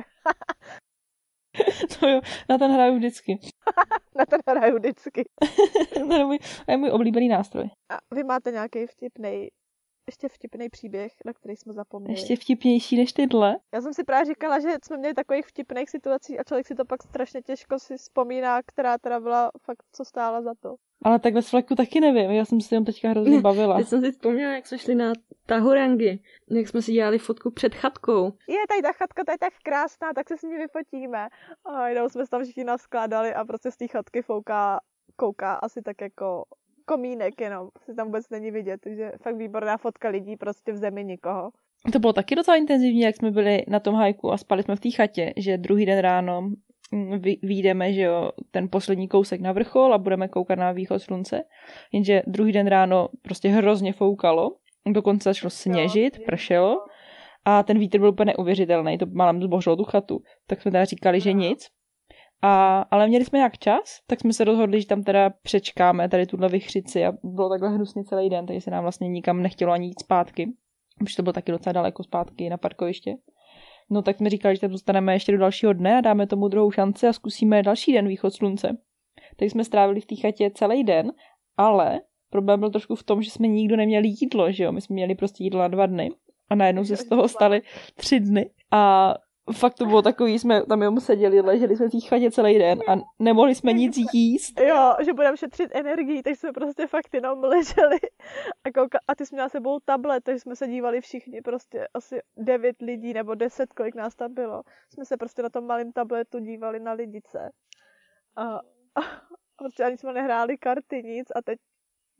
A: To jo, na ten hraju vždycky.
B: Na ten hraju vždycky.
A: To je můj, je můj oblíbený nástroj.
B: A vy máte nějaký vtipnej, ještě vtipnej příběh, na který jsme zapomněli?
A: Ještě vtipnější než tyhle?
B: Já jsem si právě říkala, že jsme měli takových vtipných situací a člověk si to pak strašně těžko si vzpomíná, která teda byla fakt, co stála za to.
A: Ale takhle z fleku taky nevím, já jsem se jenom teďka hrozně bavila.
C: Teď jsem si vzpomněla, jak jsme šli na Tahurangi, jak jsme si dělali fotku před chatkou.
B: Je, tady ta chatka, ta je tak krásná, tak se s ní vyfotíme. A jednou jsme se tam všichni naskládali a prostě z té chatky fouká, kouká asi tak jako komínek jenom, se tam vůbec není vidět, takže fakt výborná fotka lidí prostě v zemi nikoho.
A: To bylo taky docela intenzivní, jak jsme byli na tom hajku a spali jsme v té chatě, že druhý den ráno vyjdeme, že jo, ten poslední kousek na vrchol a budeme koukat na východ slunce, jenže druhý den ráno prostě hrozně foukalo, dokonce začalo sněžit, pršelo a ten vítr byl úplně neuvěřitelný, to málem zbořilo tu chatu, tak jsme teda říkali, že nic. A, ale měli jsme nějak čas, tak jsme se rozhodli, že tam teda přečkáme tady tuhle vychřici a bylo takhle hnusně celý den, takže se nám vlastně nikam nechtělo ani jít zpátky, protože to bylo taky docela daleko zpátky na parkoviště. No tak jsme říkali, že tam zůstaneme ještě do dalšího dne a dáme tomu druhou šanci a zkusíme další den východ slunce. Tak jsme strávili v té chatě celý den, ale problém byl trošku v tom, že jsme nikdo neměli jídlo, že jo, my jsme měli prostě jídlo na dva dny a najednou se z toho staly tři dny a fakt to bylo takový, jsme tam jenom seděli, leželi jsme v té chatě celý den a nemohli jsme nic jíst.
B: Jo, že budeme šetřit energii, takže jsme prostě fakt jenom leželi a, kouka- a ty jsme měla sebou tablet, takže jsme se dívali všichni, prostě asi devět lidí nebo deset, kolik nás tam bylo. Jsme se prostě na tom malém tabletu dívali na lidice. A, a, a prostě ani jsme nehráli karty, nic a teď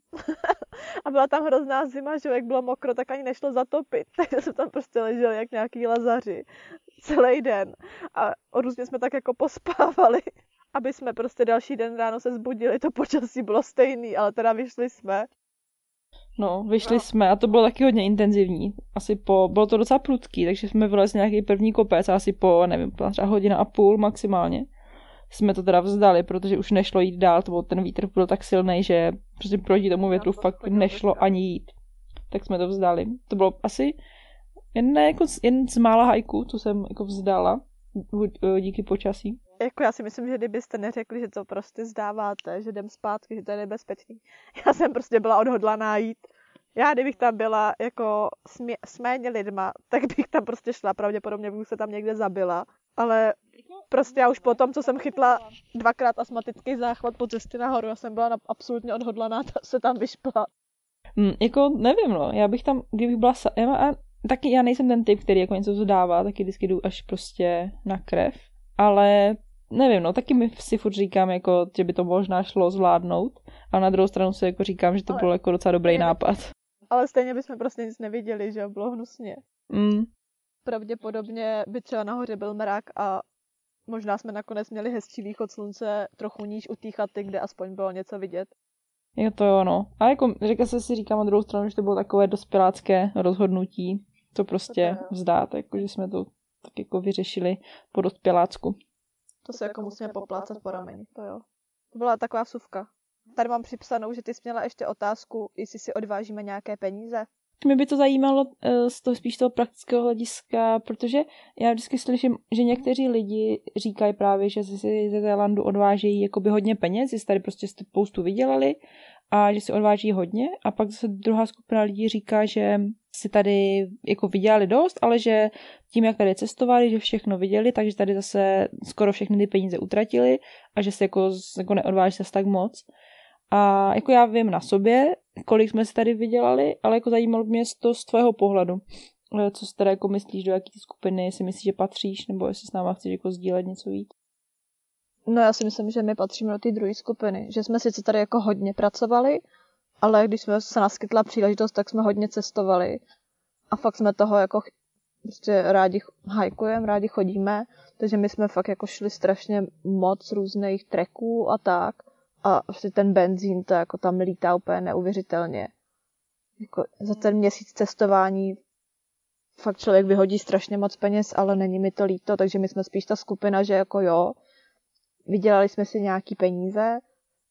B: a byla tam hrozná zima, že jak bylo mokro, tak ani nešlo zatopit, takže jsme tam prostě leželi jak nějaký lazaři celý den a různě jsme tak jako pospávali, aby jsme prostě další den ráno se zbudili, to počasí bylo stejný, ale teda vyšli jsme.
A: No, vyšli no. jsme a to bylo taky hodně intenzivní. Asi po, bylo to docela prudký, takže jsme vylezli nějaký první kopec a asi po, nevím, třeba hodina a půl maximálně. Jsme to teda vzdali, protože už nešlo jít dál, to byl, ten vítr byl tak silný, že prostě proti tomu větru no, fakt nešlo ani jít. Tak jsme to vzdali. To bylo asi jen, jako, jen z mála hajků, co jsem jako vzdala díky počasí.
B: Jako já si myslím, že kdybyste neřekli, že to prostě zdáváte, že jdem zpátky, že to je nebezpečný. Já jsem prostě byla odhodlaná jít. Já, kdybych tam byla jako smě- s méně lidma, tak bych tam prostě šla, pravděpodobně bych se tam někde zabila. Ale prostě já už po tom, co jsem chytla dvakrát astmatický záchvat po cestě nahoru, já jsem byla absolutně odhodlaná ta- se tam vyšplat.
A: Hmm, jako nevím, no, já bych tam, kdybych byla, sa- já, taky já nejsem ten typ, který jako něco vzdává, taky vždycky jdu až prostě na krev, ale nevím, no, taky mi si furt říkám, jako, že by to možná šlo zvládnout, a na druhou stranu si jako říkám, že to ale byl jako docela dobrý nápad.
B: Ale stejně bychom prostě nic neviděli, že bylo hnusně.
A: Mm.
B: Pravděpodobně by třeba nahoře byl mrak a možná jsme nakonec měli hezčí východ slunce trochu níž u té chaty, kde aspoň bylo něco vidět.
A: Je to jo, no. A jako říká se si, říkám na druhou stranu, že to bylo takové dospělácké rozhodnutí, to prostě to vzdát, jako, že jsme to tak jako vyřešili po dospělácku.
B: To se jako musíme poplácat po rameni, to jo. To byla taková vsuvka. Tady mám připsanou, že ty jsi měla ještě otázku, jestli si odvážíme nějaké peníze.
A: Mě by to zajímalo z toho spíš toho praktického hlediska, protože já vždycky slyším, že někteří lidi říkají právě, že si ze Zélandu odvážejí jakoby hodně peněz, že tady prostě spoustu vydělali a že si odváží hodně, a pak zase druhá skupina lidí říká, že si tady jako vydělali dost, ale že tím, jak tady cestovali, že všechno viděli, takže tady zase skoro všechny ty peníze utratili a že se jako, jako neodváží zase tak moc. A jako já vím na sobě, kolik jsme si tady vydělali, ale jako zajímalo mě to z tvého pohledu. Co si teda jako myslíš, do jaký ty skupiny si myslíš, že patříš, nebo jestli s náma chceš jako sdílet něco víc?
B: No já si myslím, že my patříme do té druhé skupiny, že jsme sice tady jako hodně pracovali, ale když jsme se naskytla příležitost, tak jsme hodně cestovali a fakt jsme toho jako prostě rádi hajkujeme, rádi chodíme, takže my jsme fakt jako šli strašně moc různých treků a tak. A vlastně ten benzín, to jako tam lítá úplně neuvěřitelně. Jako za ten měsíc cestování fakt člověk vyhodí strašně moc peněz, ale není mi to líto, takže my jsme spíš ta skupina, že jako jo, vydělali jsme si nějaký peníze,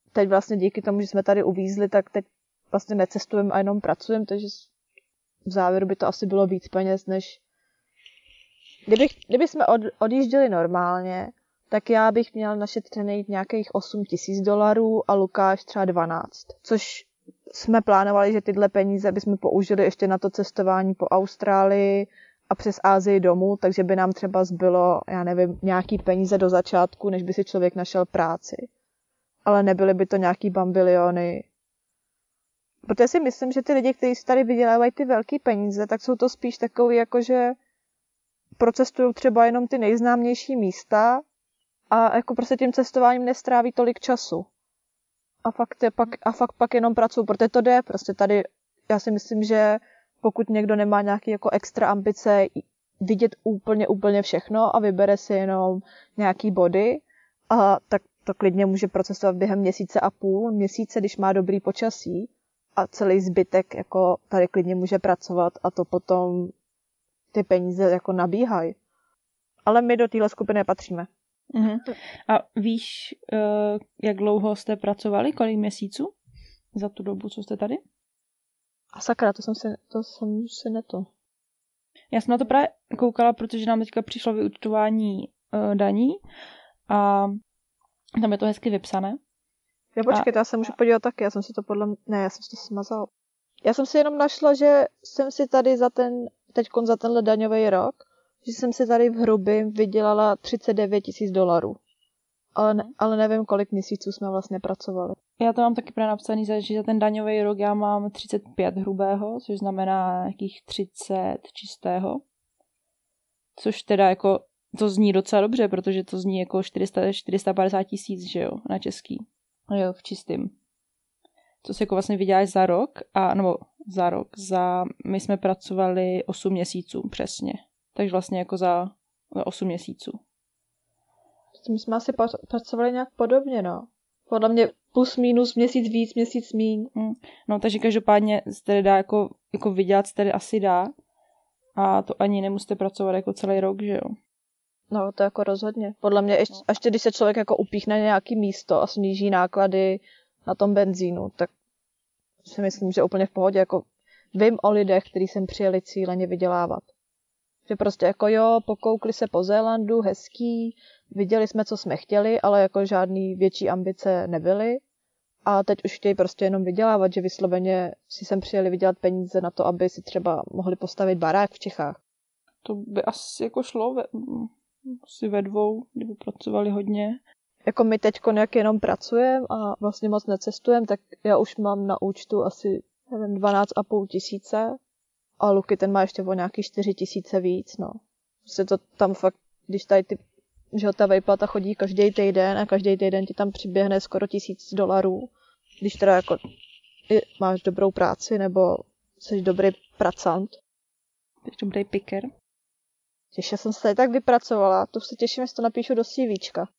B: teď vlastně díky tomu, že jsme tady uvízli, tak teď vlastně necestujeme a jenom pracujeme, takže v závěru by to asi bylo víc peněz, než kdybych, kdyby jsme od, odjížděli normálně, tak já bych měl našetřený nějakých osm tisíc dolarů a Lukáš třeba dvanáct, což jsme plánovali, že tyhle peníze bychom použili ještě na to cestování po Austrálii a přes Asii domů, takže by nám třeba zbylo, já nevím, nějaký peníze do začátku, než by si člověk našel práci. Ale nebyly by to nějaký bambiliony. Protože si myslím, že ty lidi, kteří si tady vydělávají ty velký peníze, tak jsou to spíš takový, jako že procestují třeba jenom ty nejznámější místa a jako prostě tím cestováním nestráví tolik času. A fakt, je pak, a fakt pak jenom pracují, protože to jde. Prostě tady, já si myslím, že pokud někdo nemá nějaký jako extra ambice vidět úplně, úplně všechno a vybere si jenom nějaký body, a tak to klidně může procesovat během měsíce a půl, měsíce, když má dobrý počasí a celý zbytek jako tady klidně může pracovat a to potom ty peníze jako nabíhají. Ale my do téhle skupiny patříme.
A: Uh-huh. A víš, jak dlouho jste pracovali, kolik měsíců za tu dobu, co jste tady?
B: A sakra, to jsem si, to jsem si neto.
A: Já jsem na to právě koukala, protože nám teďka přišlo vyúčtování uh, daní a tam je to hezky vypsané.
B: Já počkejte, a... já se můžu podívat taky, já jsem si to podle mě, ne, já jsem si to smazala. Já jsem si jenom našla, že jsem si tady za ten, teďkon za tenhle daňový rok, že jsem si tady v hrubým vydělala třicet devět tisíc dolarů. Ale, ne, ale nevím, kolik měsíců jsme vlastně pracovali.
A: Já to mám taky právě napsaný, že za ten daňový rok já mám třicet pět hrubého, což znamená nějakých třicet čistého. Což teda jako, to zní docela dobře, protože to zní jako čtyři sta, čtyři sta padesát tisíc, že jo, na český. Jo, v čistým. Co si jako vlastně vyděláš za rok, a, nebo za rok, za, my jsme pracovali osm měsíců přesně. Takže vlastně jako za, za osm měsíců.
B: My jsme asi pracovali nějak podobně, no. Podle mě plus minus měsíc víc, měsíc míň.
A: Hmm. No, takže každopádně se tedy dá jako, jako vydělat, se tedy asi dá. A to ani nemusíte pracovat jako celý rok, že jo?
B: No, to jako rozhodně. Podle mě ještě, ještě když se člověk jako upíchne na nějaký místo a sníží náklady na tom benzínu, tak si myslím, že úplně v pohodě. Jako vím o lidech, kteří sem přijeli cíleně vydělávat. Že prostě jako jo, pokoukli se po Zélandu, hezký, viděli jsme, co jsme chtěli, ale jako žádný větší ambice nebyly. A teď už chtějí prostě jenom vydělávat, že vysloveně si sem přijeli vydělat peníze na to, aby si třeba mohli postavit barák v Čechách.
A: To by asi jako šlo ve, asi ve dvou, kdyby pracovali hodně.
B: Jako my teďko nějak jenom pracujeme a vlastně moc necestujeme, tak já už mám na účtu asi nevím, dvanáct a půl tisíce. A Luky ten má ještě o nějaký čtyři tisíce víc, no. Prostě to tam fakt, když tady ty, že ta vejplata chodí každý týden a každý týden ti tam přiběhne skoro tisíc dolarů. Když teda jako máš dobrou práci nebo jsi dobrý pracant.
A: Jsi dobrý picker.
B: Těž jsem se tady tak vypracovala, to se těším, jestli to napíšu do CVčka.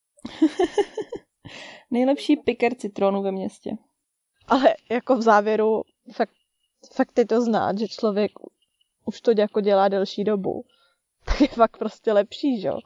A: Nejlepší picker citronů ve městě.
B: Ale jako v závěru fakt fakt je to znát, že člověk už to jako dělá delší dobu. Tak je fakt prostě lepší, že jo.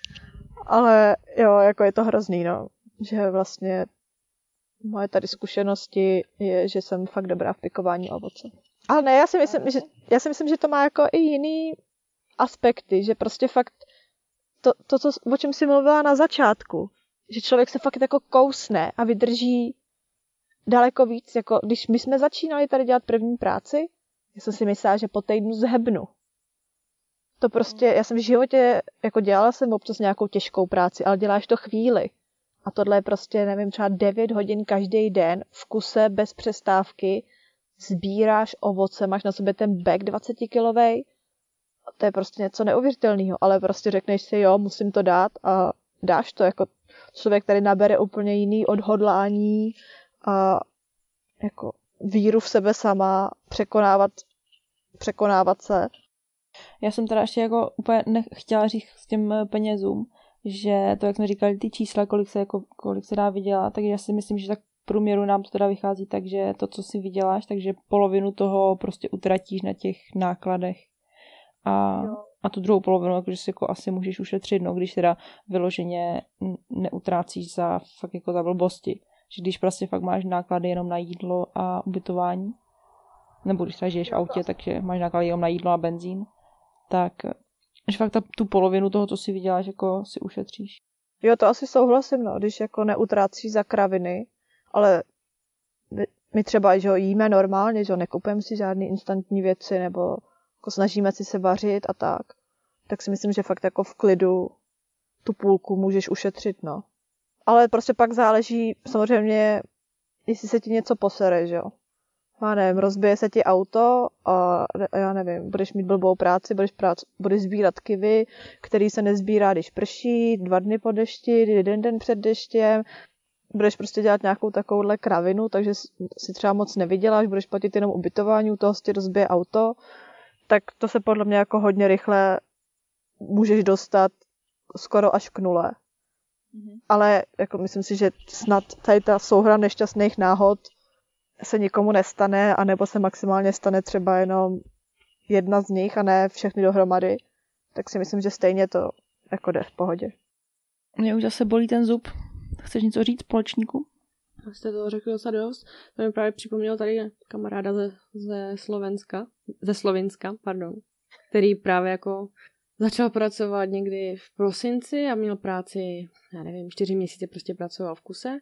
B: Ale jo, jako je to hrozný, no. Že vlastně moje tady zkušenosti je, že jsem fakt dobrá v pikování ovoce. Ale ne, já si myslím, že, já si myslím, že to má jako i jiný aspekty, že prostě fakt to, to co, o čem jsi mluvila na začátku, že člověk se fakt jako kousne a vydrží daleko víc, jako když my jsme začínali tady dělat první práci, já jsem si myslela, že po týdnu zhebnu. To prostě, já jsem v životě, jako dělala jsem občas nějakou těžkou práci, ale děláš to chvíli. A tohle je prostě, nevím, třeba devět hodin každý den v kuse bez přestávky, sbíráš ovoce, máš na sobě ten bag dvacetikilovej. To je prostě něco neuvěřitelného, ale prostě řekneš si, jo, musím to dát a dáš to. Jako člověk tady nabere úplně jiný odhodlání a jako víru v sebe sama, překonávat, překonávat se.
A: Já jsem teda ještě jako úplně nechtěla říct s těm penězům, že to, jak jsme říkali, ty čísla, kolik se, jako, kolik se dá vydělat, takže já si myslím, že tak v průměru nám to teda vychází tak, že to, co si vyděláš, takže polovinu toho prostě utratíš na těch nákladech. A, a tu druhou polovinu, jakože si jako asi můžeš ušetřit, no, když teda vyloženě neutrácíš za fakt jako za blbosti. Že když prostě fakt máš náklady jenom na jídlo a ubytování, nebo když třeba žiješ v autě, takže máš náklady jenom na jídlo a benzín, tak že fakt ta, tu polovinu toho, co si vyděláš, jako si ušetříš.
B: Jo, to asi souhlasím, no, když jako neutrácíš za kraviny, ale my, my třeba, že jo, jíme normálně, že jo, nekupujeme si žádný instantní věci, nebo jako snažíme si se vařit a tak, tak si myslím, že fakt jako v klidu tu půlku můžeš ušetřit, no. Ale prostě pak záleží samozřejmě, jestli se ti něco posere, že jo. Já nevím, rozbije se ti auto a já nevím, budeš mít blbou práci, budeš, prác, budeš sbírat kivy, který se nezbírá, když prší, dva dny po dešti, jeden den před deštěm, budeš prostě dělat nějakou takovouhle kravinu, takže si třeba moc nevyděláš, budeš platit jenom ubytování, u toho si rozbije auto, tak to se podle mě jako hodně rychle můžeš dostat skoro až k nule. Mm-hmm. Ale jako myslím si, že snad tady ta souhra nešťastných náhod se nikomu nestane, anebo se maximálně stane třeba jenom jedna z nich a ne všechny dohromady, tak si myslím, že stejně to jako jde v pohodě.
A: Mě už zase bolí ten zub. Chceš něco říct, společníku?
C: Jste to řekl docela dost. To mi právě připomněl tady kamaráda ze, ze Slovenska, ze Slovinska, pardon, který právě jako začal pracovat někdy v prosinci a měl práci, já nevím, čtyři měsíce prostě pracoval v kuse.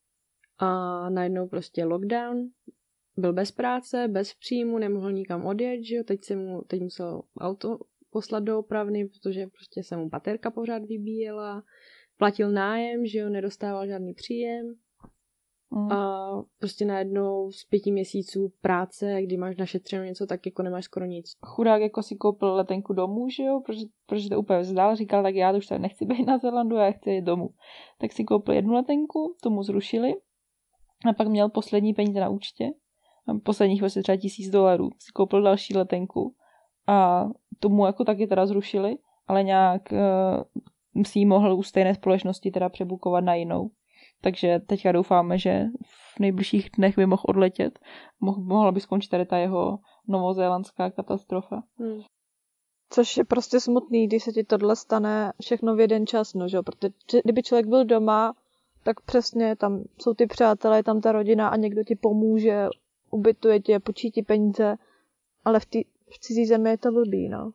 C: A najednou prostě lockdown, byl bez práce, bez příjmu, nemohl nikam odjet, že jo, teď se mu, teď musel auto poslat do opravny, protože prostě se mu baterka pořád vybíjela, platil nájem, že jo, nedostával žádný příjem mm. a prostě najednou z pěti měsíců práce, kdy máš našetřeno něco, tak jako nemáš skoro nic.
A: Chudák jako si koupil letenku domů, že jo, protože, protože to úplně vzdal, říkal, tak já už tady nechci být na Zélandu, já chci jít domů. Tak si koupil jednu letenku, tomu zrušili. A pak měl poslední peníze na účtě. Posledních vlastně třeba tisíc dolarů. Si koupil další letenku. A tomu jako taky teda zrušili, ale nějak uh, si ji mohl u stejné společnosti teda přebukovat na jinou. Takže teďka doufáme, že v nejbližších dnech by mohl odletět. Mohl, mohla by skončit tady ta jeho novozélandská katastrofa.
B: Hmm. Což je prostě smutný, když se ti tohle stane všechno v jeden čas, no, že? Protože kdyby člověk byl doma, tak přesně tam jsou ty přátelé, tam ta rodina a někdo ti pomůže, ubytuje tě, počítí ti peníze, ale v, tý, v cizí zemi je to blbý, no.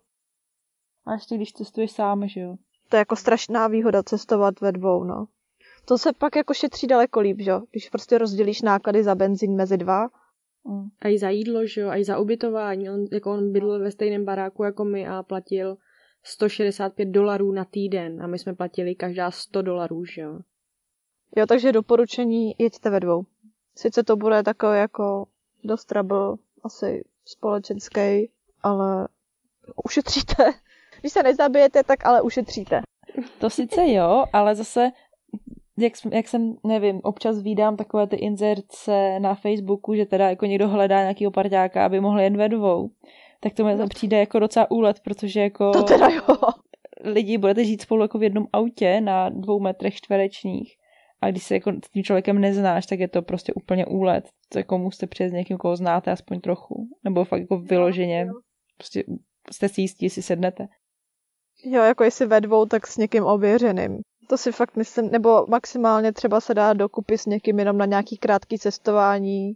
A: A ještě když cestuješ sám, že jo?
B: To je jako strašná výhoda cestovat ve dvou, no. To se pak jako šetří daleko líp, že jo? Když prostě rozdělíš náklady za benzín mezi dva.
C: Mm. A i za jídlo, že jo? A i za ubytování. On, jako on bydlel ve stejném baráku jako my a platil sto šedesát pět dolarů na týden a my jsme platili každá sto dolarů, že jo?
B: Jo, takže doporučení, jeďte ve dvou. Sice to bude takové jako dost trouble, asi společenský, ale ušetříte. Když se nezabijete, tak ale ušetříte.
A: To sice jo, ale zase, jak, jak jsem, nevím, občas vídám takové ty inzerce na Facebooku, že teda jako někdo hledá nějakýho parťáka, aby mohl jen ve dvou, tak to mi no. přijde jako docela úlet, protože jako
B: to teda jo.
A: lidi budete žít spolu jako v jednom autě na dvou metrech čtverečních. A když se jako s tím člověkem neznáš, tak je to prostě úplně úlet. To jako musíte přijet s někým, koho znáte aspoň trochu. Nebo fakt jako vyloženě. Prostě jste si jistí, jestli sednete.
B: Jo, jako jestli ve dvou, tak s někým ověřeným. To si fakt myslím, nebo maximálně třeba se dá dokupy s někým jenom na nějaký krátký cestování.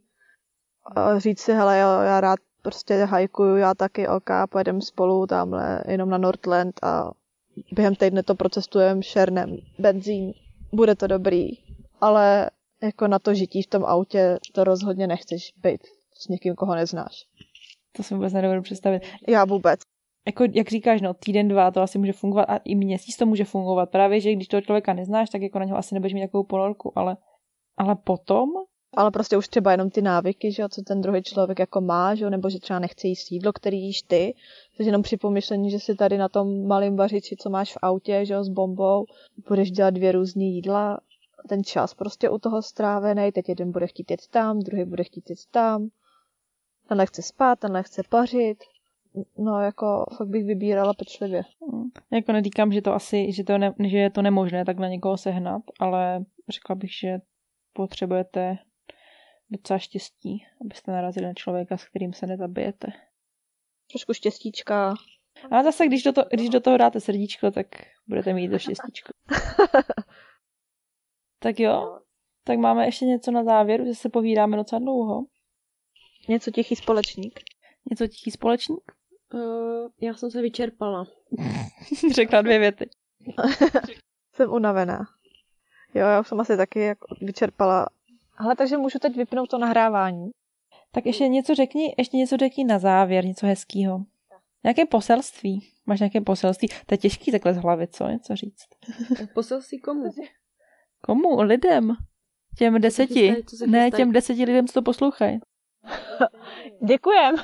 B: A říct si, hele, jo, já rád prostě hajkuju, já taky, ok, pojedeme spolu tamhle jenom na Northland a během týdne to procestujeme šernem, benzín. Bude to dobrý, ale jako na to žití v tom autě to rozhodně nechceš být s někým, koho neznáš.
A: To si vůbec nedovedu představit.
B: Já vůbec.
A: Jako, jak říkáš, no, týden, dva, to asi může fungovat a i měsíc to může fungovat. Právě, že když toho člověka neznáš, tak jako na něho asi nebudeš mít nějakou ponorku, ale, ale potom?
B: Ale prostě už třeba jenom ty návyky, že jo, co ten druhý člověk jako má, že jo, nebo že třeba nechce jíst jídlo, který jíš ty, takže jenom při pomyšlení, že si tady na tom malém vařiči, co máš v autě, že jo, s bombou, budeš dělat dvě různý jídla, ten čas prostě u toho strávený, teď jeden bude chtít jít tam, druhý bude chtít jít tam, tenhle chce spát, tenhle chce pařit, no jako fakt bych vybírala pečlivě.
A: Hmm. Jako netýkám, že to asi, že, to ne, že je to nemožné takhle někoho sehnat, ale řekla bych, že potřebujete docela štěstí, abyste narazili na člověka, s kterým se nezabijete.
B: Trošku štěstíčka.
A: A zase, když do, to, když do toho dáte srdíčko, tak budete mít to štěstíčko. Tak jo, Tak máme ještě něco na závěr, že se povídáme docela dlouho.
B: Něco tichý společník.
A: Něco tichý společník?
C: Uh, já jsem se vyčerpala.
A: Řekla dvě věty.
B: Jsem unavená. Jo, já už jsem asi taky jako vyčerpala. Ale takže můžu teď vypnout to nahrávání.
A: Tak ještě něco řekni, ještě něco řekni na závěr, něco hezkýho. Nějaké poselství? Máš nějaké poselství? To je těžký takhle z hlavy, co? Něco říct.
C: Poselství komu?
A: Komu? Lidem. Těm deseti.
C: chystají, co se
A: Ne,
C: chystají.
A: těm deseti lidem, co to poslouchají.
B: Děkujem.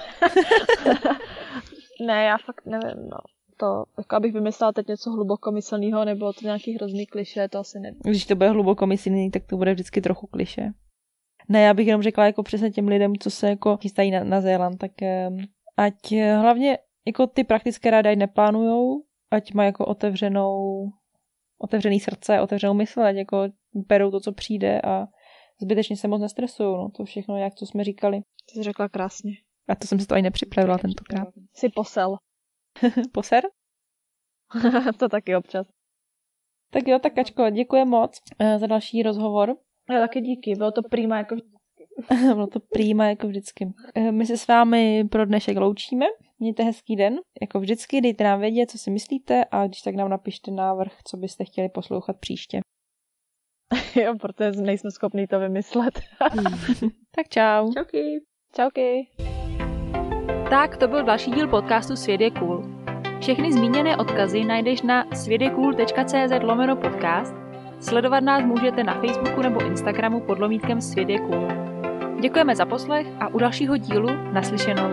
B: Ne, já fakt nevím, no. To, jako abych vymyslela teď něco hlubokomyslného, nebylo to nějaký hrozný klišé, to asi nevím.
A: Když to bude hlubokomyslný, tak to bude vždycky trochu klišé. Ne, já bych jenom řekla jako přesně těm lidem, co se jako chystají na, na Zéland, tak um, ať eh, hlavně jako ty praktické rády neplánujou, ať mají jako otevřenou, otevřený srdce, otevřenou mysl, ať jako berou to, co přijde a zbytečně se moc nestresují, no to všechno, jak to jsme říkali.
B: To jsi řekla krásně.
A: A to jsem si to ani nepřipravila tentokrát.
B: Jsi posel.
A: Poser?
B: To taky občas.
A: Tak jo, tak Kačko, děkuji moc eh, za další rozhovor.
B: Jo, taky díky, bylo to prýma jako vždycky.
A: Bylo to prýma jako vždycky. Eh, My se s vámi pro dnešek loučíme. Mějte hezký den. Jako vždycky dejte nám vědět, co si myslíte a když tak nám napište návrh, co byste chtěli poslouchat příště.
B: Jo, protože nejsme schopní to vymyslet.
A: Tak čau.
C: Čauky.
B: Čauky.
A: Tak to byl další díl podcastu Svět je cool. Všechny zmíněné odkazy najdeš na světjecool tečka cz lomeno podcast. Sledovat nás můžete na Facebooku nebo Instagramu pod lomítkem Svět je cool. Děkujeme za poslech a u dalšího dílu naslyšenou.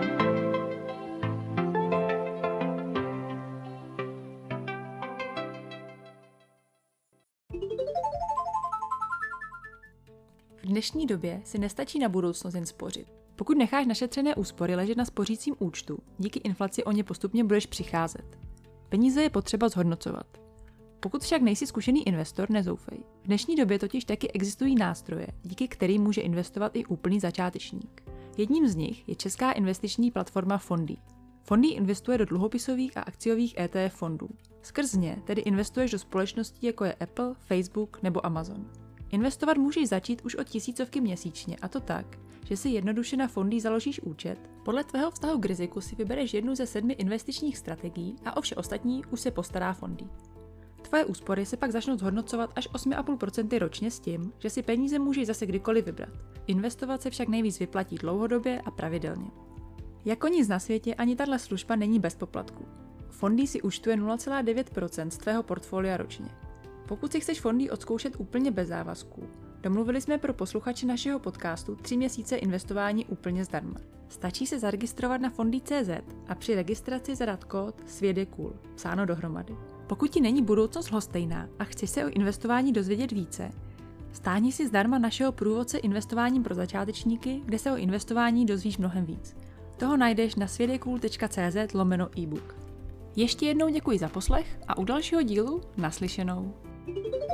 A: V dnešní době si nestačí na budoucnost jen spořit. Pokud necháš našetřené úspory ležet na spořícím účtu, díky inflaci o ně postupně budeš přicházet. Peníze je potřeba zhodnocovat. Pokud však nejsi zkušený investor, nezoufej. V dnešní době totiž taky existují nástroje, díky kterým může investovat i úplný začátečník. Jedním z nich je česká investiční platforma Fondy. Fondy investuje do dluhopisových a akciových E T F fondů. Skrz ně tedy investuješ do společností jako je Apple, Facebook nebo Amazon. Investovat můžeš začít už od tisícovky měsíčně, a to tak, že si jednoduše na Fondy založíš účet, podle tvého vztahu k riziku si vybereš jednu ze sedmi investičních strategií a o vše ostatní už se postará Fondy. Tvoje úspory se pak začnou zhodnocovat až osm celá pět procenta ročně s tím, že si peníze můžeš zase kdykoliv vybrat. Investovat se však nejvíc vyplatí dlouhodobě a pravidelně. Jako nic na světě ani tahle služba není bez poplatku. Fondy si účtuje nula celá devět procenta z tvého portfolia ročně. Pokud si chceš Fondy odzkoušet úplně bez závazků, domluvili jsme pro posluchače našeho podcastu tři měsíce investování úplně zdarma. Stačí se zaregistrovat na fondy tečka cz a při registraci zadat kód Svět je cool, psáno dohromady. Pokud ti není budoucnost lhostejná a chceš se o investování dozvědět více, stáhni si zdarma našeho průvodce investováním pro začátečníky, kde se o investování dozvíš mnohem víc. Toho najdeš na světjecool tečka cz lomeno e-book. Ještě jednou děkuji za poslech a u dalšího dílu naslyšenou.